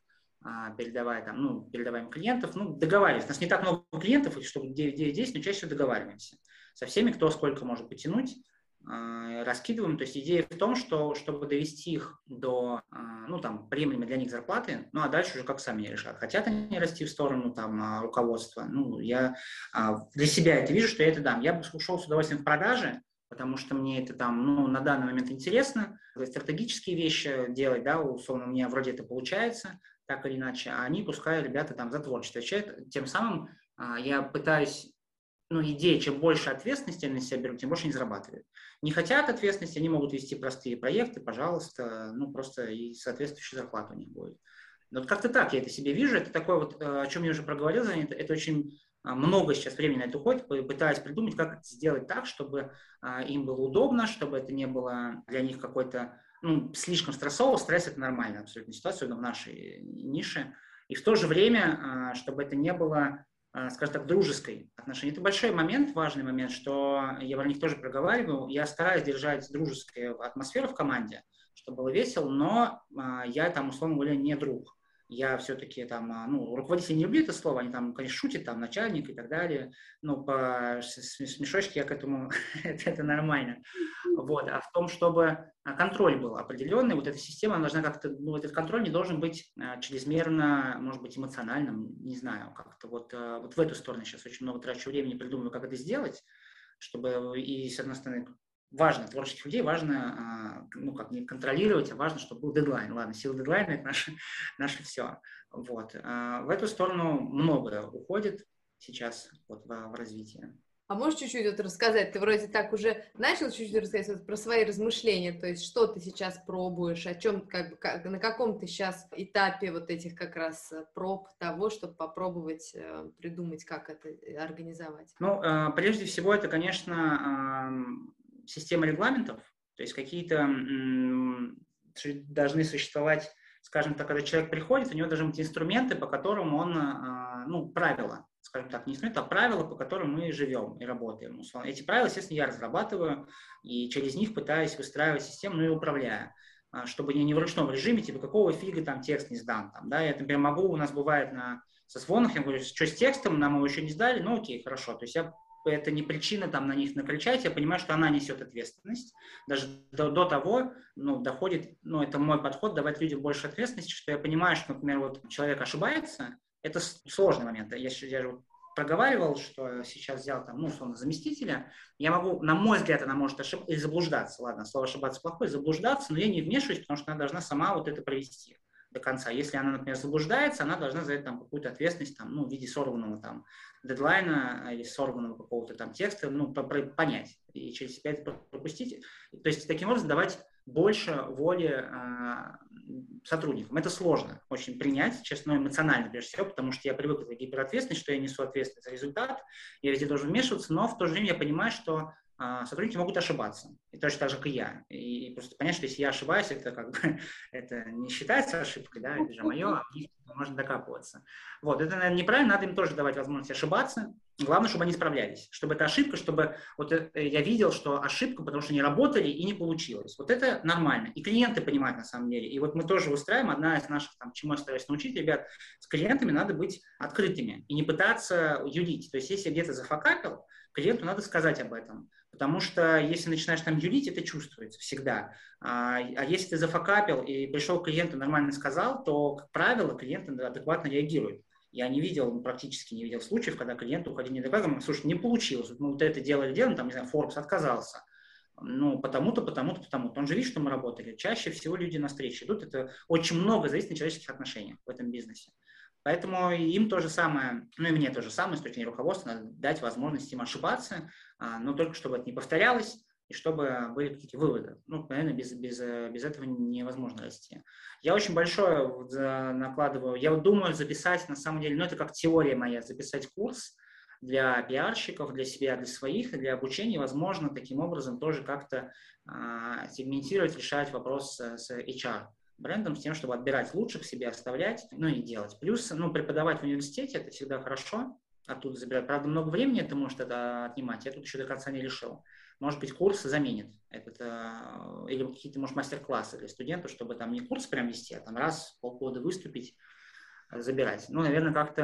Speaker 2: передавая им клиентов, договариваться. У нас не так много клиентов, чтобы 9-10, но чаще всего договариваемся. со всеми, кто сколько может потянуть, раскидываем. То есть идея в том, что чтобы довести их до приемлемой для них зарплаты, а дальше уже как сами решат. Хотят они расти в сторону руководства. Я для себя это вижу, что я это дам. Я бы ушел с удовольствием в продажи, потому что мне это на данный момент интересно. Стратегические вещи делать, условно, у меня вроде это получается, так или иначе, а они, пускай ребята за творчество отвечают. Тем самым я пытаюсь, идея, чем больше ответственности они на себя берут, тем больше они зарабатывают. Не хотят ответственности, они могут вести простые проекты, пожалуйста, просто и соответствующая зарплата у них будет. Вот как-то так я это себе вижу, это такое о чем я уже проговорил, это очень много сейчас времени на это уходит, пытаясь придумать, как это сделать так, чтобы им было удобно, чтобы это не было для них какой-то слишком стрессово. Стресс – это нормальная абсолютно ситуация, в нашей нише. И в то же время, чтобы это не было, скажем так, дружеской отношения. Это большой момент, важный момент, что я про них тоже проговариваю. Я стараюсь держать дружескую атмосферу в команде, чтобы было весело, но я условно говоря, не друг. Я все-таки руководитель не люблю это слово, они конечно, шутят, начальник и так далее, по смешочке я к этому, это нормально. А в том, чтобы контроль был определенный, вот эта система должна как-то, этот контроль не должен быть чрезмерно, может быть, эмоциональным, не знаю, как-то вот в эту сторону сейчас очень много трачу времени, придумываю, как это сделать, чтобы и, с одной стороны, важно, творческих людей важно, не контролировать, а важно, чтобы был дедлайн. Ладно, сила дедлайна – это наше все. В эту сторону многое уходит сейчас в развитии.
Speaker 1: А можешь чуть-чуть рассказать? Ты вроде так уже начал чуть-чуть рассказать про свои размышления, то есть что ты сейчас пробуешь, о чем, на каком ты сейчас этапе вот этих как раз проб того, чтобы попробовать придумать, как это организовать?
Speaker 2: Прежде всего, это, конечно, система регламентов, то есть какие-то должны существовать, скажем так, когда человек приходит, у него должны быть инструменты, по которым он, правила, скажем так, не инструменты, а правила, по которым мы живем и работаем. Эти правила, естественно, я разрабатываю и через них пытаюсь выстраивать систему, и управляю, чтобы не в ручном режиме, типа, какого фига текст не сдан. Я, например, у нас бывает на созвонах, я говорю, что с текстом, нам его еще не сдали, окей, хорошо, то есть это не причина на них накричать, я понимаю, что она несет ответственность. Даже до того, доходит, это мой подход, давать людям больше ответственности, что я понимаю, что, например, человек ошибается, это сложный момент. Я же проговаривал, что сейчас взял условно, заместителя, я могу, на мой взгляд, она может ошибаться или заблуждаться, ладно, слово ошибаться плохое, заблуждаться, но я не вмешиваюсь, потому что она должна сама это провести до конца. Если она, например, заблуждается, она должна за это какую-то ответственность в виде сорванного дедлайна или сорванного какого-то текста понять и через себя это пропустить. То есть таким образом давать больше воли сотрудникам. Это сложно очень принять, честно, эмоционально прежде всего, потому что я привык к гиперответственности, что я несу ответственность за результат, я везде должен вмешиваться, но в то же время я понимаю, что сотрудники могут ошибаться, и точно так же, как и я. И просто понять, что если я ошибаюсь, это это не считается ошибкой, это же мое, а можно докапываться. Это, наверное, неправильно, надо им тоже давать возможность ошибаться. Главное, чтобы они справлялись, чтобы эта ошибка, чтобы я видел, что ошибка, потому что не работали и не получилось. Это нормально. И клиенты понимают на самом деле. И мы тоже выстраиваем, одна из наших, чему я стараюсь научить ребят, с клиентами надо быть открытыми и не пытаться юлить. То есть если где-то зафакапил, клиенту надо сказать об этом. Потому что если начинаешь юлить, это чувствуется всегда. А если ты зафакапил и пришел к клиенту, нормально сказал, то, как правило, клиент адекватно реагирует. Я практически не видел случаев, когда клиенты уходили недоказанно, слушай, не получилось, мы это делали, не знаю, Forbes отказался. Потому-то. Он же видит, что мы работали. Чаще всего люди на встрече идут. Это очень много зависит от человеческих отношений в этом бизнесе. Поэтому им то же самое, и мне то же самое, с точки зрения руководства, надо дать возможность им ошибаться, но только чтобы это не повторялось, и чтобы были какие-то выводы. Наверное, без этого невозможно расти. Я очень большое накладываю, я думаю записать, на самом деле, это как теория моя, записать курс для пиарщиков, для себя, для своих, для обучения, возможно, таким образом тоже как-то сегментировать, решать вопрос с HR брендом, с тем, чтобы отбирать лучших себе, оставлять, и делать. Плюс, преподавать в университете, это всегда хорошо, оттуда забирать. Правда, много времени это может отнимать, я тут еще до конца не решил. Может быть, курс заменит этот, или какие-то, может, мастер-классы для студентов, чтобы не курс прям вести, а раз в полгода выступить, забирать. Наверное, как-то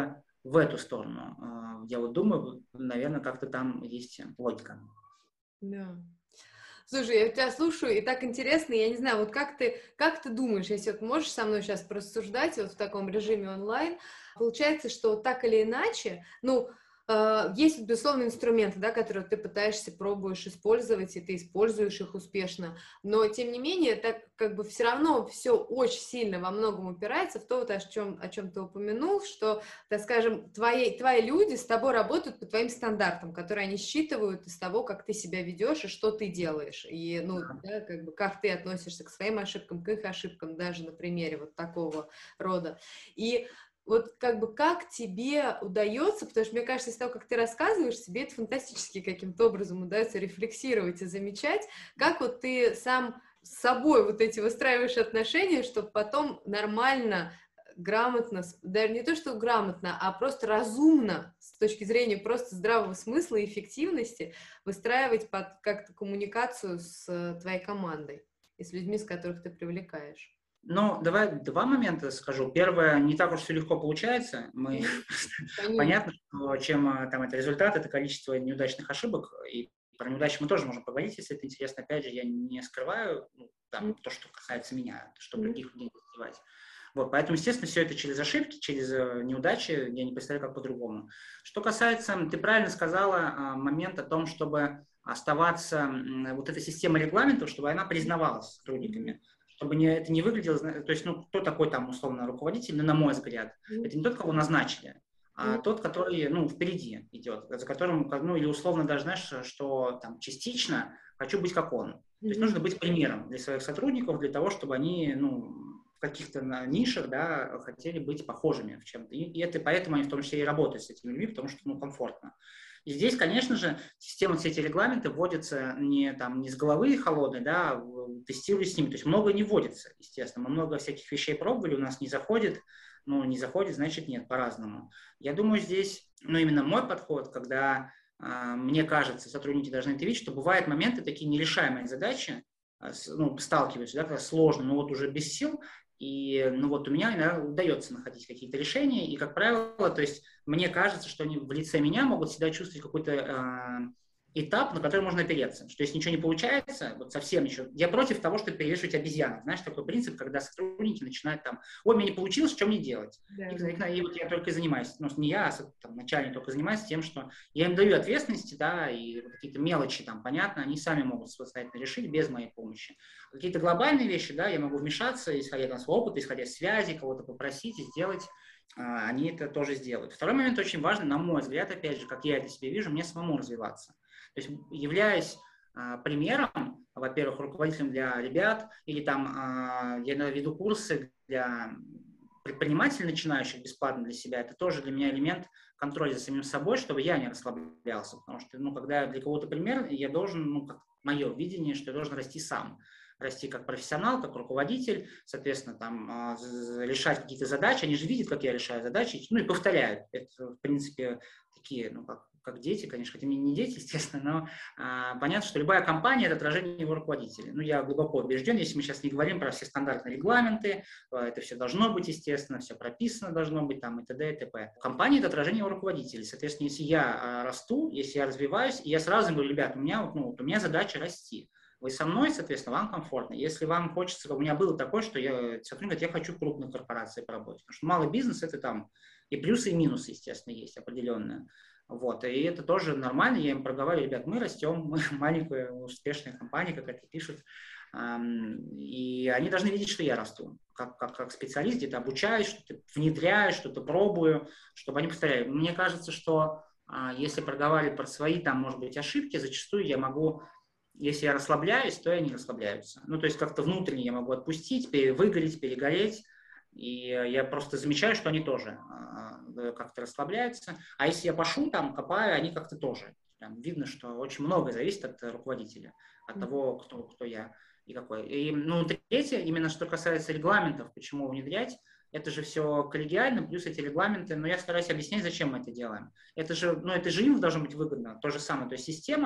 Speaker 2: в эту сторону. Я вот думаю, наверное, как-то там есть логика.
Speaker 1: Да. Слушай, я тебя слушаю, и так интересно, я не знаю, вот как ты думаешь, если вот можешь со мной сейчас порассуждать вот в таком режиме онлайн, получается, что так или иначе, ну, есть, безусловно, инструменты, да, которые ты пытаешься, пробуешь использовать, и ты используешь их успешно, но, тем не менее, так как бы все равно все очень сильно во многом упирается в то, вот, о чем ты упомянул, что, так скажем, твои люди с тобой работают по твоим стандартам, которые они считывают из того, как ты себя ведешь и что ты делаешь, и, ну, да, как бы, как ты относишься к своим ошибкам, к их ошибкам, даже на примере вот такого рода. И вот как бы как тебе удается, потому что мне кажется, из того, как ты рассказываешь, тебе это фантастически каким-то образом удается рефлексировать и замечать, как вот ты сам с собой вот эти выстраиваешь отношения, чтобы потом нормально, грамотно, даже не то, что грамотно, а просто разумно, с точки зрения просто здравого смысла и эффективности, выстраивать как-то коммуникацию с твоей командой и с людьми, с которых ты привлекаешь.
Speaker 2: Ну, давай два момента скажу. Первое, не так уж все легко получается. Понятно, что чем там это результат, это количество неудачных ошибок. И про неудачи мы тоже можем поговорить, если это интересно. Опять же, я не скрываю там, то, что касается меня, чтобы других людей не задевать. Вот, поэтому, естественно, все это через ошибки, через неудачи, я не представляю, как по-другому. Что касается, ты правильно сказала, момент о том, чтобы оставаться, вот эта система регламентов, чтобы она признавалась сотрудниками. Чтобы это не выглядело, то есть, ну, кто такой там, условно, руководитель, ну, на мой взгляд, это не тот, кого назначили, а тот, который, ну, впереди идет, за которым, ну, или условно даже, знаешь, что там частично хочу быть как он. То есть нужно быть примером для своих сотрудников, для того, чтобы они, ну, в каких-то нишах, да, хотели быть похожими в чем-то. И это поэтому они в том числе и работают с этими людьми, потому что, ну, комфортно. И здесь, конечно же, система, все эти регламенты вводятся не с головы холодной, да, тестируют с ними. То есть много не вводится, естественно. Мы много всяких вещей пробовали, у нас не заходит. Ну, не заходит, значит нет, по-разному. Я думаю, здесь, ну, именно мой подход, когда мне кажется, сотрудники должны это видеть, что бывают моменты, такие нерешаемые задачи, ну, сталкиваются, да, когда сложно, но вот уже без сил, и, ну, вот у меня иногда удается находить какие-то решения, и, как правило, то есть мне кажется, что они в лице меня могут всегда чувствовать какой-то этап, на который можно опереться. Что если ничего не получается, вот совсем ничего. Я против того, чтобы перевешивать обезьянок. Знаешь, такой принцип, когда сотрудники начинают там, ой, мне не получилось, что мне делать? Да. И вот я только и занимаюсь, ну, не я, а там, начальник только занимается тем, что я им даю ответственности, да, и какие-то мелочи там, понятно, они сами могут самостоятельно решить без моей помощи. Какие-то глобальные вещи, да, я могу вмешаться, исходя из своего опыта, исходя из связи, кого-то попросить и сделать. Они это тоже сделают. Второй момент очень важный, на мой взгляд, опять же, как я это себе вижу, мне самому развиваться. То есть, являясь примером, во-первых, руководителем для ребят, или там я веду курсы для предпринимателей начинающих бесплатно для себя, это тоже для меня элемент контроля за самим собой, чтобы я не расслаблялся, потому что, ну, когда я для кого-то пример, я должен, ну, как мое видение, что я должен расти сам. Расти как профессионал, как руководитель, соответственно, там, решать какие-то задачи. Они же видят, как я решаю задачи, ну и повторяют. Это, в принципе, такие, ну, как дети, конечно, хотя мне не дети, естественно, но понятно, что любая компания – это отражение его руководителя. Ну, я глубоко убежден, если мы сейчас не говорим про все стандартные регламенты, это все должно быть, естественно, все прописано должно быть, там, и т.д. и т.п. Компания – это отражение его руководителя. Соответственно, если я расту, если я развиваюсь, и я сразу говорю, ребят, у меня задача расти. Вы со мной, соответственно, вам комфортно. Если вам хочется, как у меня было такое, что сотрудник говорит, я хочу в крупной корпорации поработать. Потому что малый бизнес – это там и плюсы, и минусы, естественно, есть определенные. Вот. И это тоже нормально. Я им проговариваю, ребят, мы растем, мы маленькая успешная компания, как это пишут. И они должны видеть, что я расту. Как специалист, где-то обучаюсь, что-то внедряю, что-то пробую, чтобы они повторяли. Мне кажется, что если проговаривать про свои, там, может быть, ошибки, зачастую я могу... Если я расслабляюсь, то они расслабляются. Ну, то есть как-то внутренне я могу отпустить, выгореть, перегореть. И я просто замечаю, что они тоже как-то расслабляются. А если я пашу, там, копаю, они как-то тоже. Прям видно, что очень многое зависит от руководителя, от того, кто я и какой. И, ну, третье, именно что касается регламентов, почему внедрять, это же все коллегиально, плюс эти регламенты, но я стараюсь объяснять, зачем мы это делаем. Это же им должно быть выгодно, то же самое. То есть система,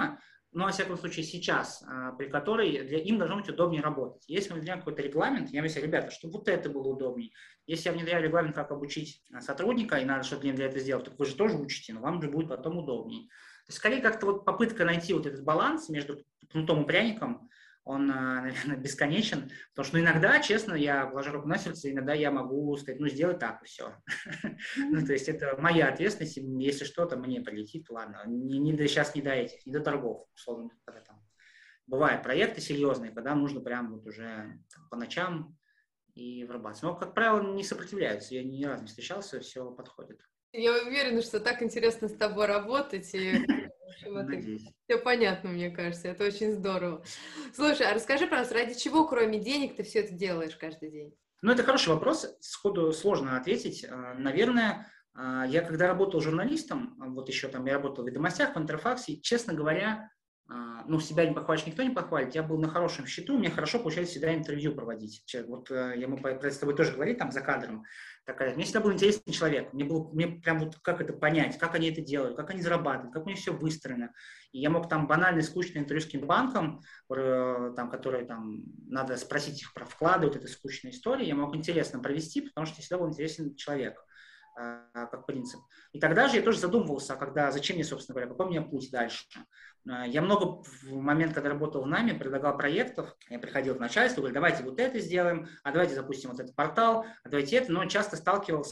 Speaker 2: ну, во всяком случае, сейчас, при которой им должно быть удобнее работать. Если мы внедряем какой-то регламент, я говорю, ребята, чтобы вот это было удобнее. Если я внедряю регламент, как обучить сотрудника, и надо что-то для этого сделать, так вы же тоже учите, но вам же будет потом удобнее. То есть, скорее, как-то вот попытка найти вот этот баланс между кнутом и пряником, он, наверное, бесконечен, потому что иногда, честно, я вложу руку на сердце, иногда я могу сказать, ну, сделай так, и все. Ну, то есть это моя ответственность, если что-то мне прилетит, ладно, сейчас не до этих, не до торгов, условно, когда там бывают проекты серьезные, когда нужно прям вот уже по ночам и врубаться. Но, как правило, не сопротивляются, я ни разу не встречался, все подходит.
Speaker 1: Я уверена, что так интересно с тобой работать, и
Speaker 2: Надеюсь.
Speaker 1: все понятно, мне кажется, это очень здорово. Слушай, а расскажи, пожалуйста, ради чего, кроме денег, ты все это делаешь каждый день?
Speaker 2: Ну, это хороший вопрос, сходу сложно ответить. Наверное, я когда работал журналистом, вот еще там я работал в «Ведомостях», в «Интерфаксе», честно говоря, ну, себя не похвалишь, никто не похвалит, я был на хорошем счету, мне хорошо получалось всегда интервью проводить. Вот мы про с тобой тоже говорили там за кадром, мне всегда был интересный человек, мне прям вот как это понять, как они это делают, как они зарабатывают, как у них все выстроено. И я мог там банальный, скучный интервью с каким-то банком, там, которые там, надо спросить их про вклады, вот этой скучной истории, я мог интересно провести, потому что всегда был интересен человек как принцип. И тогда же я тоже задумывался, зачем мне, собственно говоря, какой у меня путь дальше. Я много в момент, когда работал в НАМИ, предлагал проектов, я приходил к начальству, говорю, давайте вот это сделаем, а давайте запустим вот этот портал, а давайте это, но часто сталкивался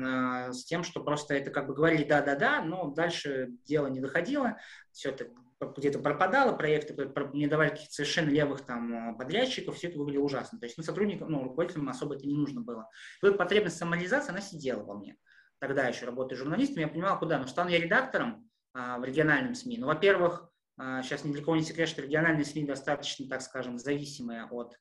Speaker 2: с тем, что просто это как бы говорили да-да-да, но дальше дело не доходило, все это где-то пропадало, проекты мне давали каких-то совершенно левых там подрядчиков, все это выглядело ужасно. То есть сотрудникам, руководителям особо это не нужно было. И вот потребность самореализации, она сидела во мне. Тогда еще работая журналистом, я понимал, куда. Ну, стану я редактором в региональном СМИ. Ну, во-первых, сейчас ни для кого не секрет, что региональные СМИ достаточно, так скажем, зависимые от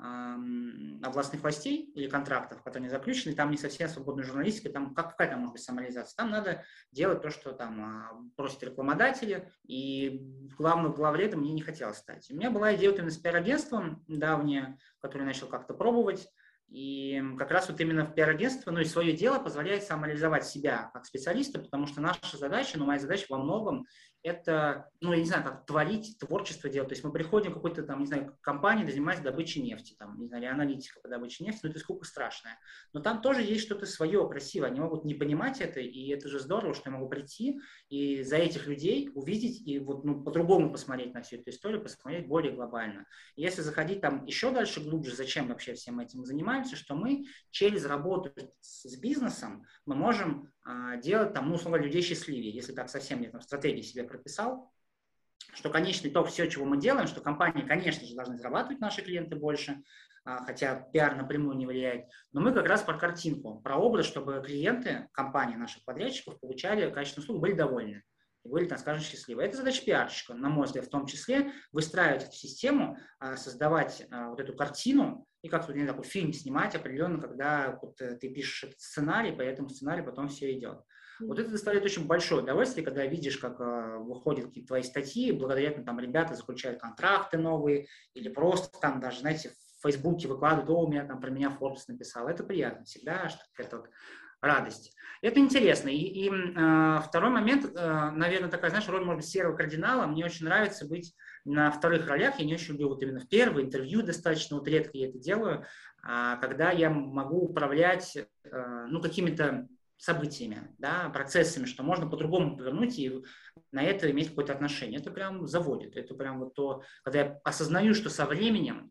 Speaker 2: областных властей или контрактов, которые заключены, там не совсем свободная журналистика, там какая там может быть самореализация? Там надо делать то, что там просят рекламодатели, и главредом мне не хотелось стать. У меня была идея вот именно с пиар-агентством давняя, которую я начал как-то пробовать, и как раз вот именно в пиар-агентство, и свое дело позволяет самореализовать себя как специалиста, потому что наша задача, моя задача во многом это, я не знаю, как творить, творчество делать. То есть мы приходим в какую-то там, не знаю, компанию, занимается добычей нефти, там, не знаю, аналитика по добыче нефти, это сколько страшное. Но там тоже есть что-то свое, красивое. Они могут не понимать это, и это же здорово, что я могу прийти и за этих людей увидеть и вот, по-другому посмотреть на всю эту историю, посмотреть более глобально. И если заходить там еще дальше, глубже, зачем вообще всем этим занимаемся, что мы через работу с бизнесом мы можем делать там, условно, людей счастливее, если так совсем я там стратегии себе прописал, что конечный итог, все, чего мы делаем, что компании, конечно же, должны зарабатывать наши клиенты больше, хотя пиар напрямую не влияет, но мы как раз про картинку, про образ, чтобы клиенты компании наших подрядчиков получали качественную услугу, были довольны и были, так скажем, счастливы. Это задача пиарщика, на мой взгляд, в том числе, выстраивать эту систему, создавать вот эту картину, и как тут такой фильм снимать определенно, когда вот, ты пишешь этот сценарий, по этому сценарию потом все идет. Вот это доставляет очень большое удовольствие, когда видишь, как выходят какие-то твои статьи, благодаря там ребята заключают контракты новые, или просто там даже, знаете, в Фейсбуке выкладывают, у меня там про меня Forbes написал. Это приятно всегда, что это вот радость. Это интересно. И второй момент, наверное, такая, знаешь, роль, может быть, серого кардинала. Мне очень нравится быть на вторых ролях. Я не очень люблю вот именно в первой, интервью достаточно, вот редко я это делаю, когда я могу управлять, какими-то событиями, да, процессами, что можно по-другому повернуть и на это иметь какое-то отношение. Это прям заводит. Это прям вот то, когда я осознаю, что со временем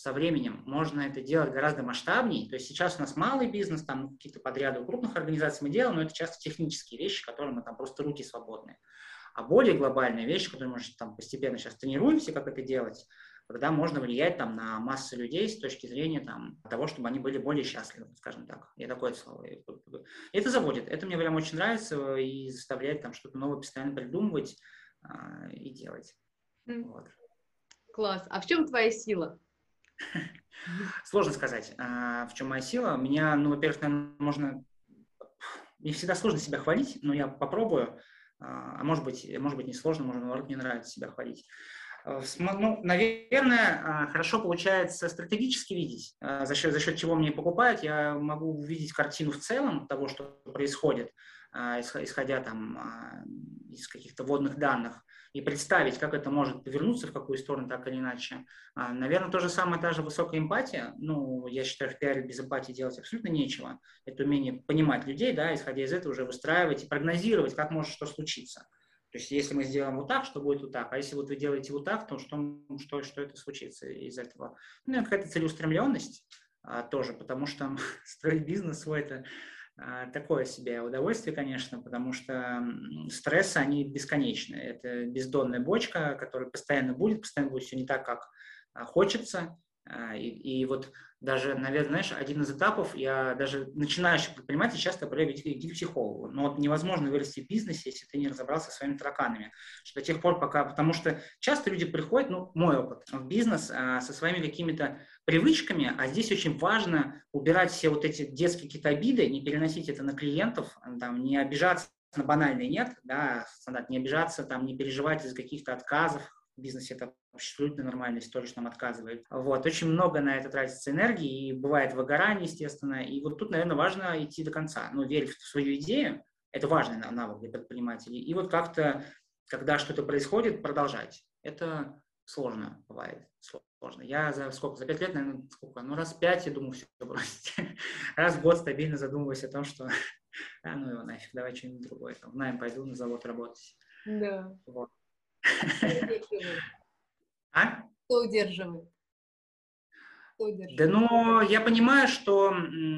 Speaker 2: можно это делать гораздо масштабнее. То есть сейчас у нас малый бизнес, там какие-то подряды у крупных организаций мы делаем, но это часто технические вещи, которые мы там просто руки свободны. А более глобальные вещи, которые мы там постепенно сейчас тренируемся, как это делать, когда можно влиять там на массу людей с точки зрения там того, чтобы они были более счастливы, скажем так. Я такое слово. Это заводит. Это мне прям очень нравится и заставляет там что-то новое постоянно придумывать и делать. Вот.
Speaker 1: Класс. А в чем твоя сила?
Speaker 2: Сложно сказать, в чем моя сила. Меня, во-первых, наверное, мне всегда сложно себя хвалить, но я попробую. А может быть, не сложно, может, наоборот, мне нравится себя хвалить. Наверное, хорошо получается стратегически видеть, за счет чего мне покупают. Я могу увидеть картину в целом того, что происходит, исходя там из каких-то вводных данных, и представить, как это может повернуться в какую сторону, так или иначе. Наверное, то же самое, та же высокая эмпатия. Ну, я считаю, в пиаре без эмпатии делать абсолютно нечего. Это умение понимать людей, да, исходя из этого уже выстраивать и прогнозировать, как может что случиться. То есть, если мы сделаем вот так, что будет вот так, а если вот вы делаете вот так, то что это случится из этого? Ну, какая-то целеустремленность тоже, потому что строить бизнес свой – это такое себе удовольствие, конечно, потому что стрессы, они бесконечны. Это бездонная бочка, которая постоянно будет все не так, как хочется. И вот даже, наверное, знаешь, один из этапов, я даже начинающий предприниматель часто говорю, иди к психологу. Но вот невозможно вырасти в бизнесе, если ты не разобрался со своими тараканами. Что до тех пор, пока... Потому что часто люди приходят, ну, мой опыт, в бизнес со своими какими-то привычками, а здесь очень важно убирать все вот эти детские какие-то обиды, не переносить это на клиентов, там, не обижаться на банальный нет, да, не обижаться, там, не переживать из-за каких-то отказов. В бизнесе это абсолютно нормальная история, что нам отказывают. Вот. Очень много на это тратится энергии, и бывает выгорание, естественно. И вот тут, наверное, важно идти до конца. Ну, верить в свою идею, это важный навык для предпринимателей. И вот как-то, когда что-то происходит, продолжать. Это сложно бывает, сложно. Я за 5 лет, наверное, раз 5, я думаю, все бросить. Раз в год стабильно задумываюсь о том, что ну его нафиг, давай что-нибудь другое. Там, в найм пойду на завод работать.
Speaker 1: Да.
Speaker 2: Вот.
Speaker 1: Кто удерживает?
Speaker 2: Да, но я понимаю, что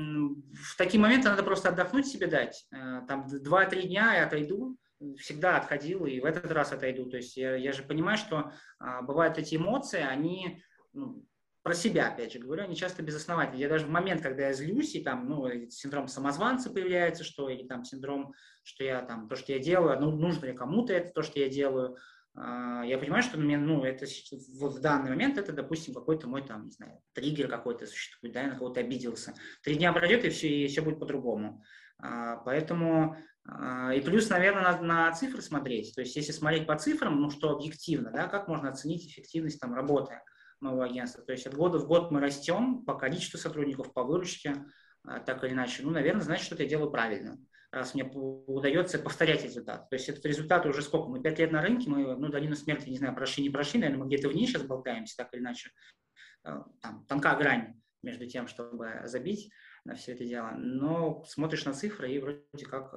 Speaker 2: в такие моменты надо просто отдохнуть себе дать. Там 2-3 дня я отойду, всегда отходил и в этот раз отойду. То есть я же понимаю, что бывают эти эмоции, они, про себя, опять же говорю, они часто безосновательны. Я даже в момент, когда я злюсь, и там, синдром самозванца появляется, что, или там синдром, что я там, то, что я делаю, нужно ли кому-то это, то, что я делаю, я понимаю, что мне, это вот в данный момент это, допустим, какой-то мой там, не знаю, триггер какой-то существует, да, я на кого-то обиделся. 3 дня пройдет, и все будет по-другому. Поэтому, и плюс, наверное, надо на цифры смотреть. То есть, если смотреть по цифрам, что объективно, да, как можно оценить эффективность там работы моего агентства. То есть, от года в год мы растем по количеству сотрудников, по выручке, так или иначе. Значит, значит, что-то я делаю правильно, раз мне удается повторять результат. То есть этот результат уже сколько? Мы 5 лет на рынке, мы долину смерти, не знаю, прошли, не прошли, наверное, мы где-то в ней сейчас болтаемся, так или иначе. Там тонка грань между тем, чтобы забить на все это дело. Но смотришь на цифры, и вроде как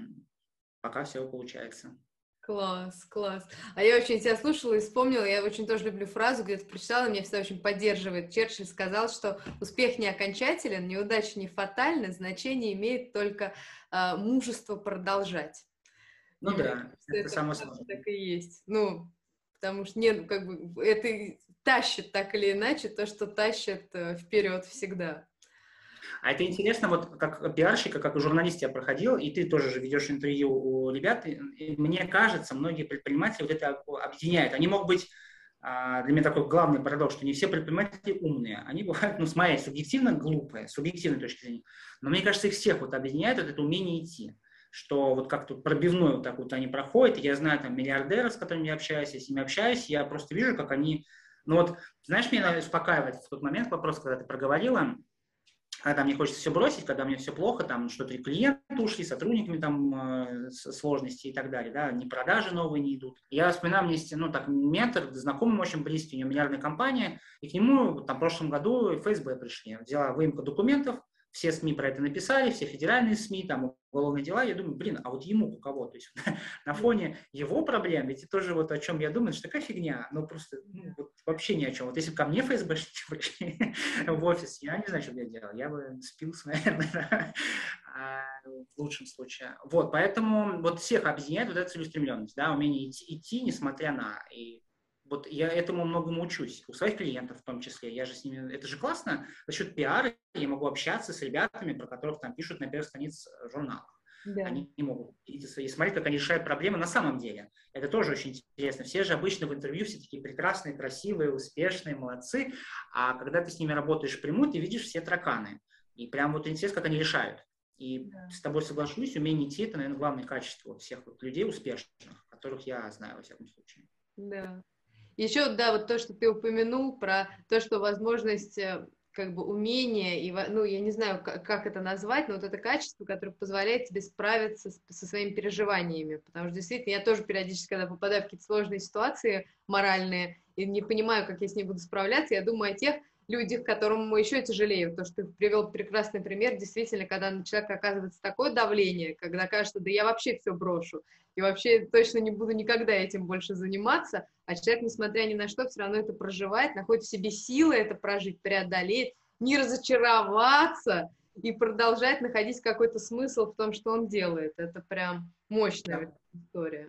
Speaker 2: пока все получается.
Speaker 1: Класс, класс. А я очень тебя слушала и вспомнила, я очень тоже люблю фразу, где-то прочитала, меня всегда очень поддерживает. Черчилль сказал, что успех не окончателен, неудача не фатальна, значение имеет только мужество продолжать.
Speaker 2: Ну да, это самое
Speaker 1: сложное. Так и есть. Потому что это тащит так или иначе то, что тащит вперед всегда.
Speaker 2: А это интересно, вот как пиарщика, как и журналист я проходил, и ты тоже же ведешь интервью у ребят, и мне кажется, многие предприниматели вот это объединяют. Они могут быть, для меня такой главный парадокс, что не все предприниматели умные. Они бывают, с моей субъективно глупые, с субъективной точки зрения. Но мне кажется, их всех вот объединяет вот это умение идти. Что вот как-то пробивной вот так вот они проходят. И я знаю там миллиардеров, с которыми я общаюсь, я с ними общаюсь, я просто вижу, как они... знаешь, меня успокаивает в тот момент вопрос, когда ты проговорила, когда мне хочется все бросить, когда мне все плохо, там что-то клиенты ушли, сотрудниками там сложности и так далее, да, ни продажи новые не идут. Я вспоминаю, у меня есть, ментор, знакомый очень близкий, у него миллиардная компания, и к нему там в прошлом году ФСБ пришли, взяла выемку документов, все СМИ про это написали, все федеральные СМИ, там уголовные дела, я думаю, а вот ему каково, то есть на фоне его проблем, ведь тоже вот о чем я думаю, что такая фигня, просто вообще ни о чем. Вот если бы ко мне ФСБ пришли в офис, я не знаю, что бы я делал, я бы спился, наверное, в лучшем случае. Поэтому вот всех объединяет вот эта целеустремленность, да, умение идти, несмотря на... Вот я этому многому учусь, у своих клиентов в том числе. Я же с ними, это же классно, за счет пиара я могу общаться с ребятами, про которых там пишут на первой странице журналов. Да. Они не могут видеться и смотреть, как они решают проблемы на самом деле. Это тоже очень интересно. Все же обычно в интервью все такие прекрасные, красивые, успешные, молодцы. А когда ты с ними работаешь впрямую, ты видишь все тараканы. И прям вот интересно, как они решают. И с тобой соглашусь, умение идти – это, наверное, главное качество всех людей успешных, которых я знаю, во всяком случае.
Speaker 1: Да. Еще, да, вот то, что ты упомянул про то, что возможность как бы умение, ну, я не знаю, как это назвать, но вот это качество, которое позволяет тебе справиться со своими переживаниями, потому что действительно я тоже периодически, когда попадаю в какие-то сложные ситуации моральные и не понимаю, как я с ней буду справляться, я думаю о тех людях, которым еще тяжелее. То, что ты привел прекрасный пример, действительно, когда на человека оказывается такое давление, когда кажется, да я вообще все брошу, и вообще точно не буду никогда этим больше заниматься, а человек, несмотря ни на что, все равно это проживает, находит в себе силы это прожить, преодолеть, не разочароваться и продолжать находить какой-то смысл в том, что он делает. Это прям мощная история.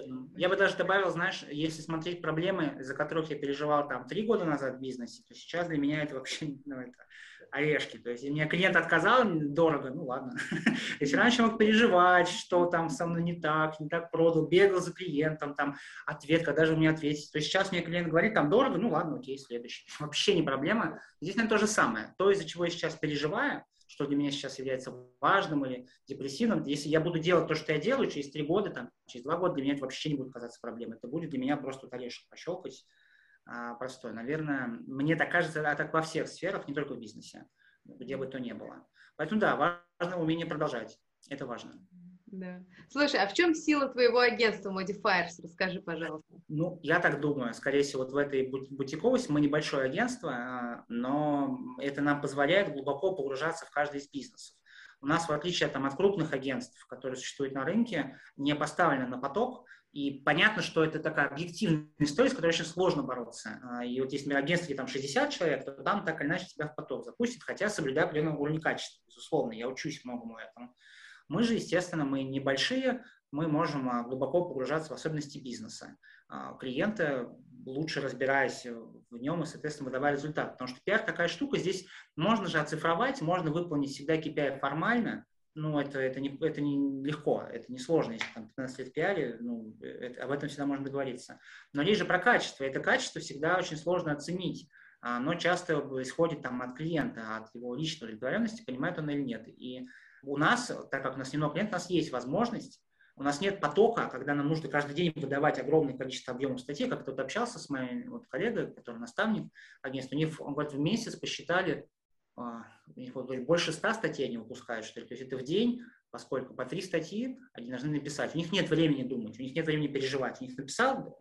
Speaker 2: Я бы даже добавил, знаешь, если смотреть проблемы, из-за которых я переживал там 3 года назад в бизнесе, то сейчас для меня это вообще это орешки. То есть, если мне клиент отказал дорого, ну ладно. Если раньше мог переживать, что там со мной не так продал, бегал за клиентом, там ответ, когда же мне ответить, то сейчас мне клиент говорит, там дорого, ну ладно, окей, следующий. Вообще не проблема. Здесь, наверное, то же самое. То, из-за чего я сейчас переживаю, что для меня сейчас является важным или депрессивным. Если я буду делать то, что я делаю, через 3 года, там, через 2 года для меня это вообще не будет казаться проблемой. Это будет для меня просто орешек пощелкать простой. Наверное, мне так кажется, а так во всех сферах, не только в бизнесе, где бы то ни было. Поэтому да, важно умение продолжать. Это важно.
Speaker 1: Да. Слушай, а в чем сила твоего агентства Modifiers? Расскажи, пожалуйста.
Speaker 2: Ну, я так думаю, скорее всего, вот в этой бутиковости мы небольшое агентство, но это нам позволяет глубоко погружаться в каждый из бизнесов. У нас, в отличие от крупных агентств, которые существуют на рынке, не поставлено на поток, и понятно, что это такая объективная история, с которой очень сложно бороться. И вот если в агентстве там 60 человек, то там так или иначе тебя в поток запустит, хотя соблюдая определенный уровень качества, безусловно, я учусь многому этому. Мы же, естественно, мы небольшие, мы можем глубоко погружаться в особенности бизнеса. Клиента, лучше разбираясь в нем, и, соответственно, выдавая результат. Потому что пиар такая штука, здесь можно же оцифровать, можно выполнить всегда KPI формально, но это не легко, это не сложно, если там 15 лет в пиаре, об этом всегда можно договориться. Но речь же про качество, это качество всегда очень сложно оценить. Оно часто исходит там от клиента, от его личной удовлетворенности, понимает он или нет. И у нас, так как у нас немного клиентов, у нас есть возможность, у нас нет потока, когда нам нужно каждый день выдавать огромное количество объемов статей. Как кто-то общался с моим коллегой, который наставник агентства, он говорит, в месяц посчитали, у них больше 100 статей они выпускают, что ли. То есть это в день, поскольку по 3 статьи они должны написать. У них нет времени думать, у них нет времени переживать. У них написал,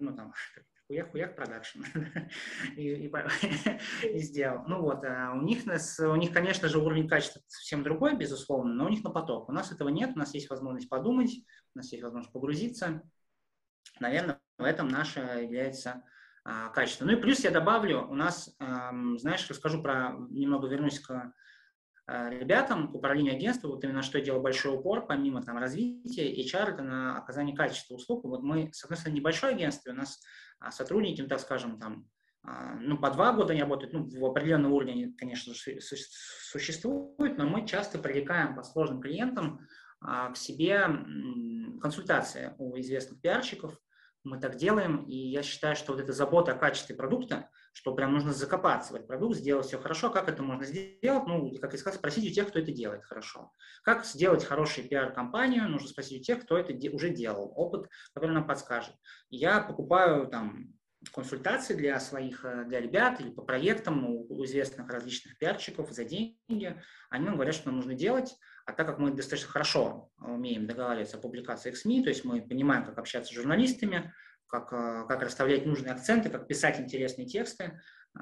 Speaker 2: хуях продакшн и сделал. У них, конечно же, уровень качества совсем другой, безусловно, но у них на поток. У нас этого нет, у нас есть возможность подумать, у нас есть возможность погрузиться. Наверное, в этом наше является качество. Ну и плюс я добавлю, у нас, знаешь, расскажу немного вернусь к ребятам, к управлению агентства, вот именно что я делаю большой упор, помимо там развития, HR, это на оказание качества услуг. Вот мы, с одной стороны, небольшое агентство, у нас сотрудники, так скажем, там, по 2 года они работают, в определенном уровне, конечно же, существуют, но мы часто привлекаем по сложным клиентам к себе консультации у известных пиарщиков. Мы так делаем, и я считаю, что вот эта забота о качестве продукта, что прям нужно закопаться в этот продукт, сделать все хорошо. Как это можно сделать? Как я сказал, спросить у тех, кто это делает хорошо. Как сделать хорошую пиар-компанию? Нужно спросить у тех, кто это уже делал, опыт, который нам подскажет. Я покупаю там консультации для ребят или по проектам у известных различных пиарщиков за деньги. Они нам говорят, что нам нужно делать. А так как мы достаточно хорошо умеем договариваться о публикациях СМИ, то есть мы понимаем, как общаться с журналистами, как расставлять нужные акценты, как писать интересные тексты,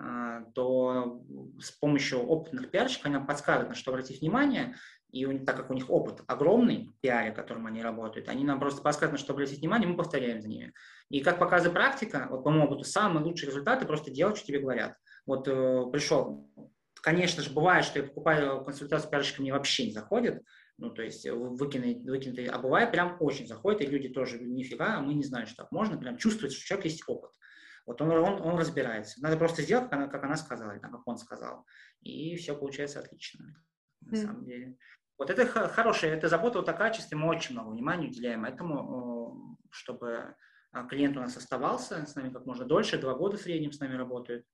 Speaker 2: то с помощью опытных пиарщиков они нам подсказывают, на что обратить внимание. И так как у них опыт огромный в пиаре, в котором они работают, они нам просто подсказывают, на что обратить внимание, мы повторяем за ними. И как показывает практика, вот по моему опыту, самые лучшие результаты просто делать, что тебе говорят. Вот пришел, конечно же, бывает, что я покупаю консультацию с пиарщиком, мне вообще не заходит, то есть выкинутые, а бывает прям очень заходит, и люди тоже, нифига, мы не знаем, что так можно, прям чувствуется, что у человека есть опыт. Вот он разбирается. Надо просто сделать, как она сказала, как он сказал, и все получается отлично, на самом деле. Вот это хорошая, это забота о качестве, мы очень много внимания уделяем этому, чтобы клиент у нас оставался с нами как можно дольше, 2 года в среднем с нами работают.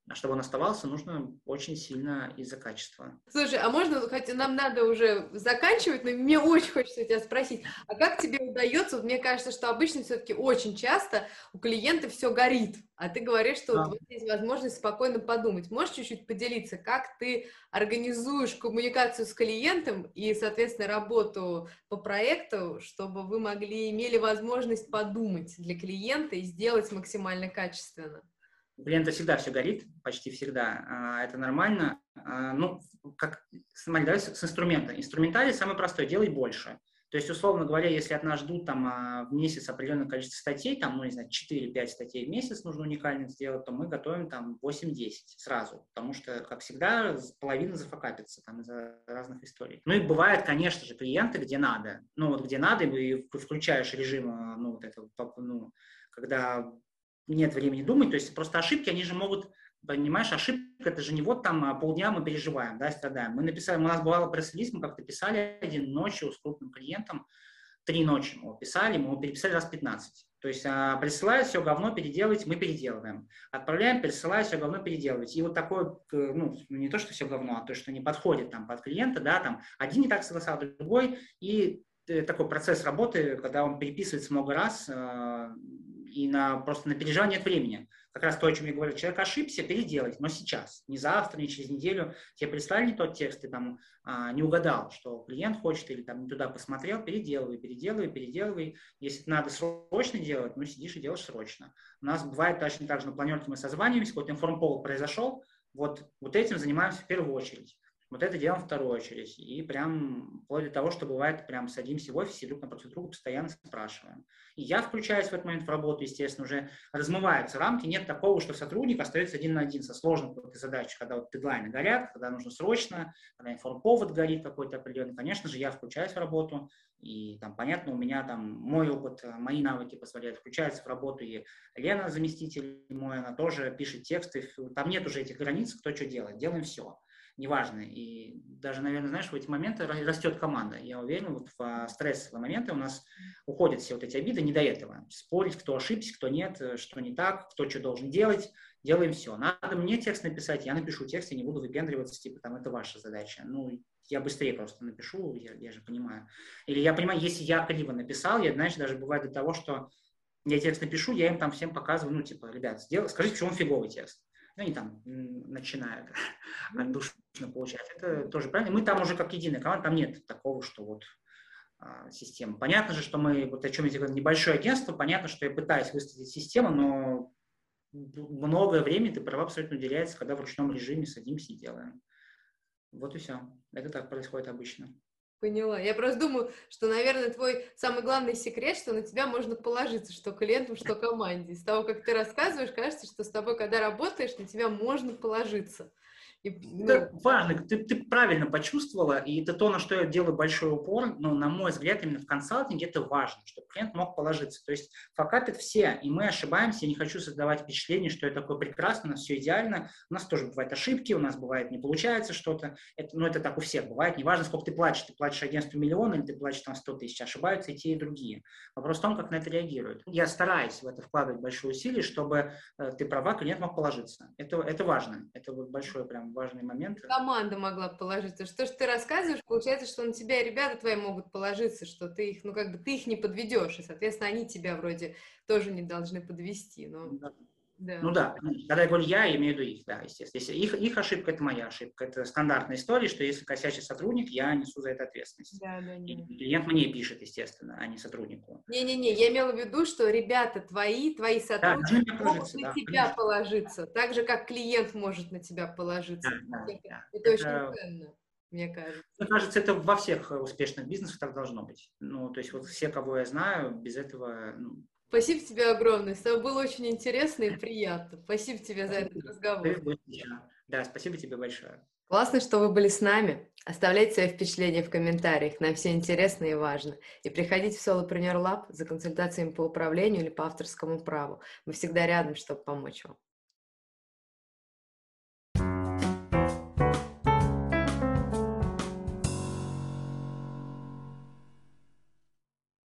Speaker 2: А чтобы он оставался, нужно очень сильно из-за качества.
Speaker 1: Слушай, а можно, хотя нам надо уже заканчивать, но мне очень хочется у тебя спросить, а как тебе удается, вот мне кажется, что обычно все-таки очень часто у клиента все горит, а ты говоришь, что вот есть возможность спокойно подумать. Можешь чуть-чуть поделиться, как ты организуешь коммуникацию с клиентом и, соответственно, работу по проекту, чтобы вы имели возможность подумать для клиента и сделать максимально качественно?
Speaker 2: У клиента всегда все горит, почти всегда. Это нормально. Ну, как, смотри, давай с инструмента. Инструментарий самый простой, делай больше. То есть, условно говоря, если от нас ждут там в месяц определенное количество статей, там, ну, не знаю, 4-5 статей в месяц нужно уникально сделать, то мы готовим там 8-10 сразу, потому что, как всегда, половина зафакапится там из-за разных историй. Ну и бывают, конечно же, клиенты, где надо. Ну, вот где надо, и включаешь режим, ну, вот это, ну, когда нет времени думать, то есть просто ошибки, они же могут, понимаешь, ошибка, это же не вот там полдня мы переживаем, да, страдаем. Мы написали, у нас бывало пресс-релиз, мы как-то писали один ночью с крупным клиентом, 3 ночи мы его писали, мы его переписали раз 15. То есть присылают, все говно переделывать, мы переделываем. Отправляем, пересылают, все говно переделывать. И вот такое, ну, не то, что все говно, а то, что не подходит там под клиента, да, там один не так согласовал, другой, и такой процесс работы, когда он переписывается много раз, и просто на переживание нет времени. Как раз то, о чем я говорю, человек ошибся, переделать, но сейчас, не завтра, не через неделю. Тебе прислали не тот текст, ты там не угадал, что клиент хочет, или там не туда посмотрел, переделывай. Если надо срочно делать, ну сидишь и делаешь срочно. У нас бывает точно так же, на планерке мы созваниваемся, какой-то информповод произошел, вот этим занимаемся в первую очередь. Вот это делаем в вторую очередь. И прям вплоть до того, что бывает, прям садимся в офисе, друг напротив друга, постоянно спрашиваем. И я включаюсь в этот момент в работу, естественно, уже размываются рамки. Нет такого, что сотрудник остается один на один со сложной какой-то задачей, когда вот дедлайны горят, когда нужно срочно, когда информповод горит какой-то определенный. Конечно же, я включаюсь в работу. И там, понятно, у меня там мой опыт, мои навыки позволяют включаться в работу. И Лена, заместитель мой, она тоже пишет тексты. Там нет уже этих границ, кто что делает. Делаем все. Неважно. И даже, наверное, знаешь, в эти моменты растет команда. Я уверен, вот в стрессовые моменты у нас уходят все вот эти обиды, не до этого. Спорить, кто ошибся, кто нет, что не так, кто что должен делать. Делаем все. Надо мне текст написать, я напишу текст, я не буду выпендриваться, типа, там, это ваша задача. Ну, я быстрее просто напишу, я же понимаю. Или я понимаю, если я криво написал, я, знаешь, даже бывает до того, что я текст напишу, я им там всем показываю, ну, типа, ребят, скажите, почему он фиговый текст. Ну, они там начинают отдушно получать. Это тоже правильно. Мы там уже как единая команда, там нет такого, что вот система. Понятно же, что мы, вот о чем я говорю, небольшое агентство, понятно, что я пытаюсь выстроить систему, но многое время, ты права абсолютно уделяется, когда в ручном режиме садимся и делаем. Вот и все. Это так происходит обычно.
Speaker 1: Поняла. Я просто думаю, что, наверное, твой самый главный секрет, что на тебя можно положиться, что клиентам, что команде. Из того, как ты рассказываешь, кажется, что с тобой, когда работаешь, на тебя можно положиться.
Speaker 2: Это важно, ты правильно почувствовала, и это то, на что я делаю большой упор, но, на мой взгляд, именно в консалтинге это важно, чтобы клиент мог положиться. То есть факапят все, и мы ошибаемся, я не хочу создавать впечатление, что это такое прекрасно, у нас все идеально, у нас тоже бывают ошибки, у нас бывает не получается что-то, это так у всех бывает, неважно, сколько ты платишь агентству миллион или ты платишь там 100 тысяч, ошибаются и те, и другие. Вопрос в том, как на это реагируют. Я стараюсь в это вкладывать большое усилие, чтобы ты права, клиент мог положиться. Это важно, это вот большое прям важный момент.
Speaker 1: Команда могла положиться. Что ж ты рассказываешь, получается, что на тебя ребята твои могут положиться, что ты их, ты их не подведешь, и, соответственно, они тебя вроде тоже не должны подвести. Но...
Speaker 2: Да. Ну да, когда я говорю я имею в виду их, да, естественно. Если их ошибка, это моя ошибка. Это стандартная история, что если косячит сотрудник, я несу за это ответственность.
Speaker 1: Да.
Speaker 2: И клиент мне пишет, естественно, а не сотруднику.
Speaker 1: Не-не-не, я имела в виду, что ребята твои сотрудники могут на тебя положиться, так же, как клиент может на тебя положиться. Это очень ценно, мне кажется.
Speaker 2: Мне кажется, это во всех успешных бизнесах так должно быть. Ну, то есть вот все, кого я знаю, без этого...
Speaker 1: Спасибо тебе огромное. С тобой было очень интересно и приятно. Спасибо тебе за этот разговор.
Speaker 2: Да, спасибо тебе большое.
Speaker 1: Классно, что вы были с нами. Оставляйте свои впечатления в комментариях. Нам все интересно и важно. И приходите в Solopreneur Lab за консультациями по управлению или по авторскому праву. Мы всегда рядом, чтобы помочь вам.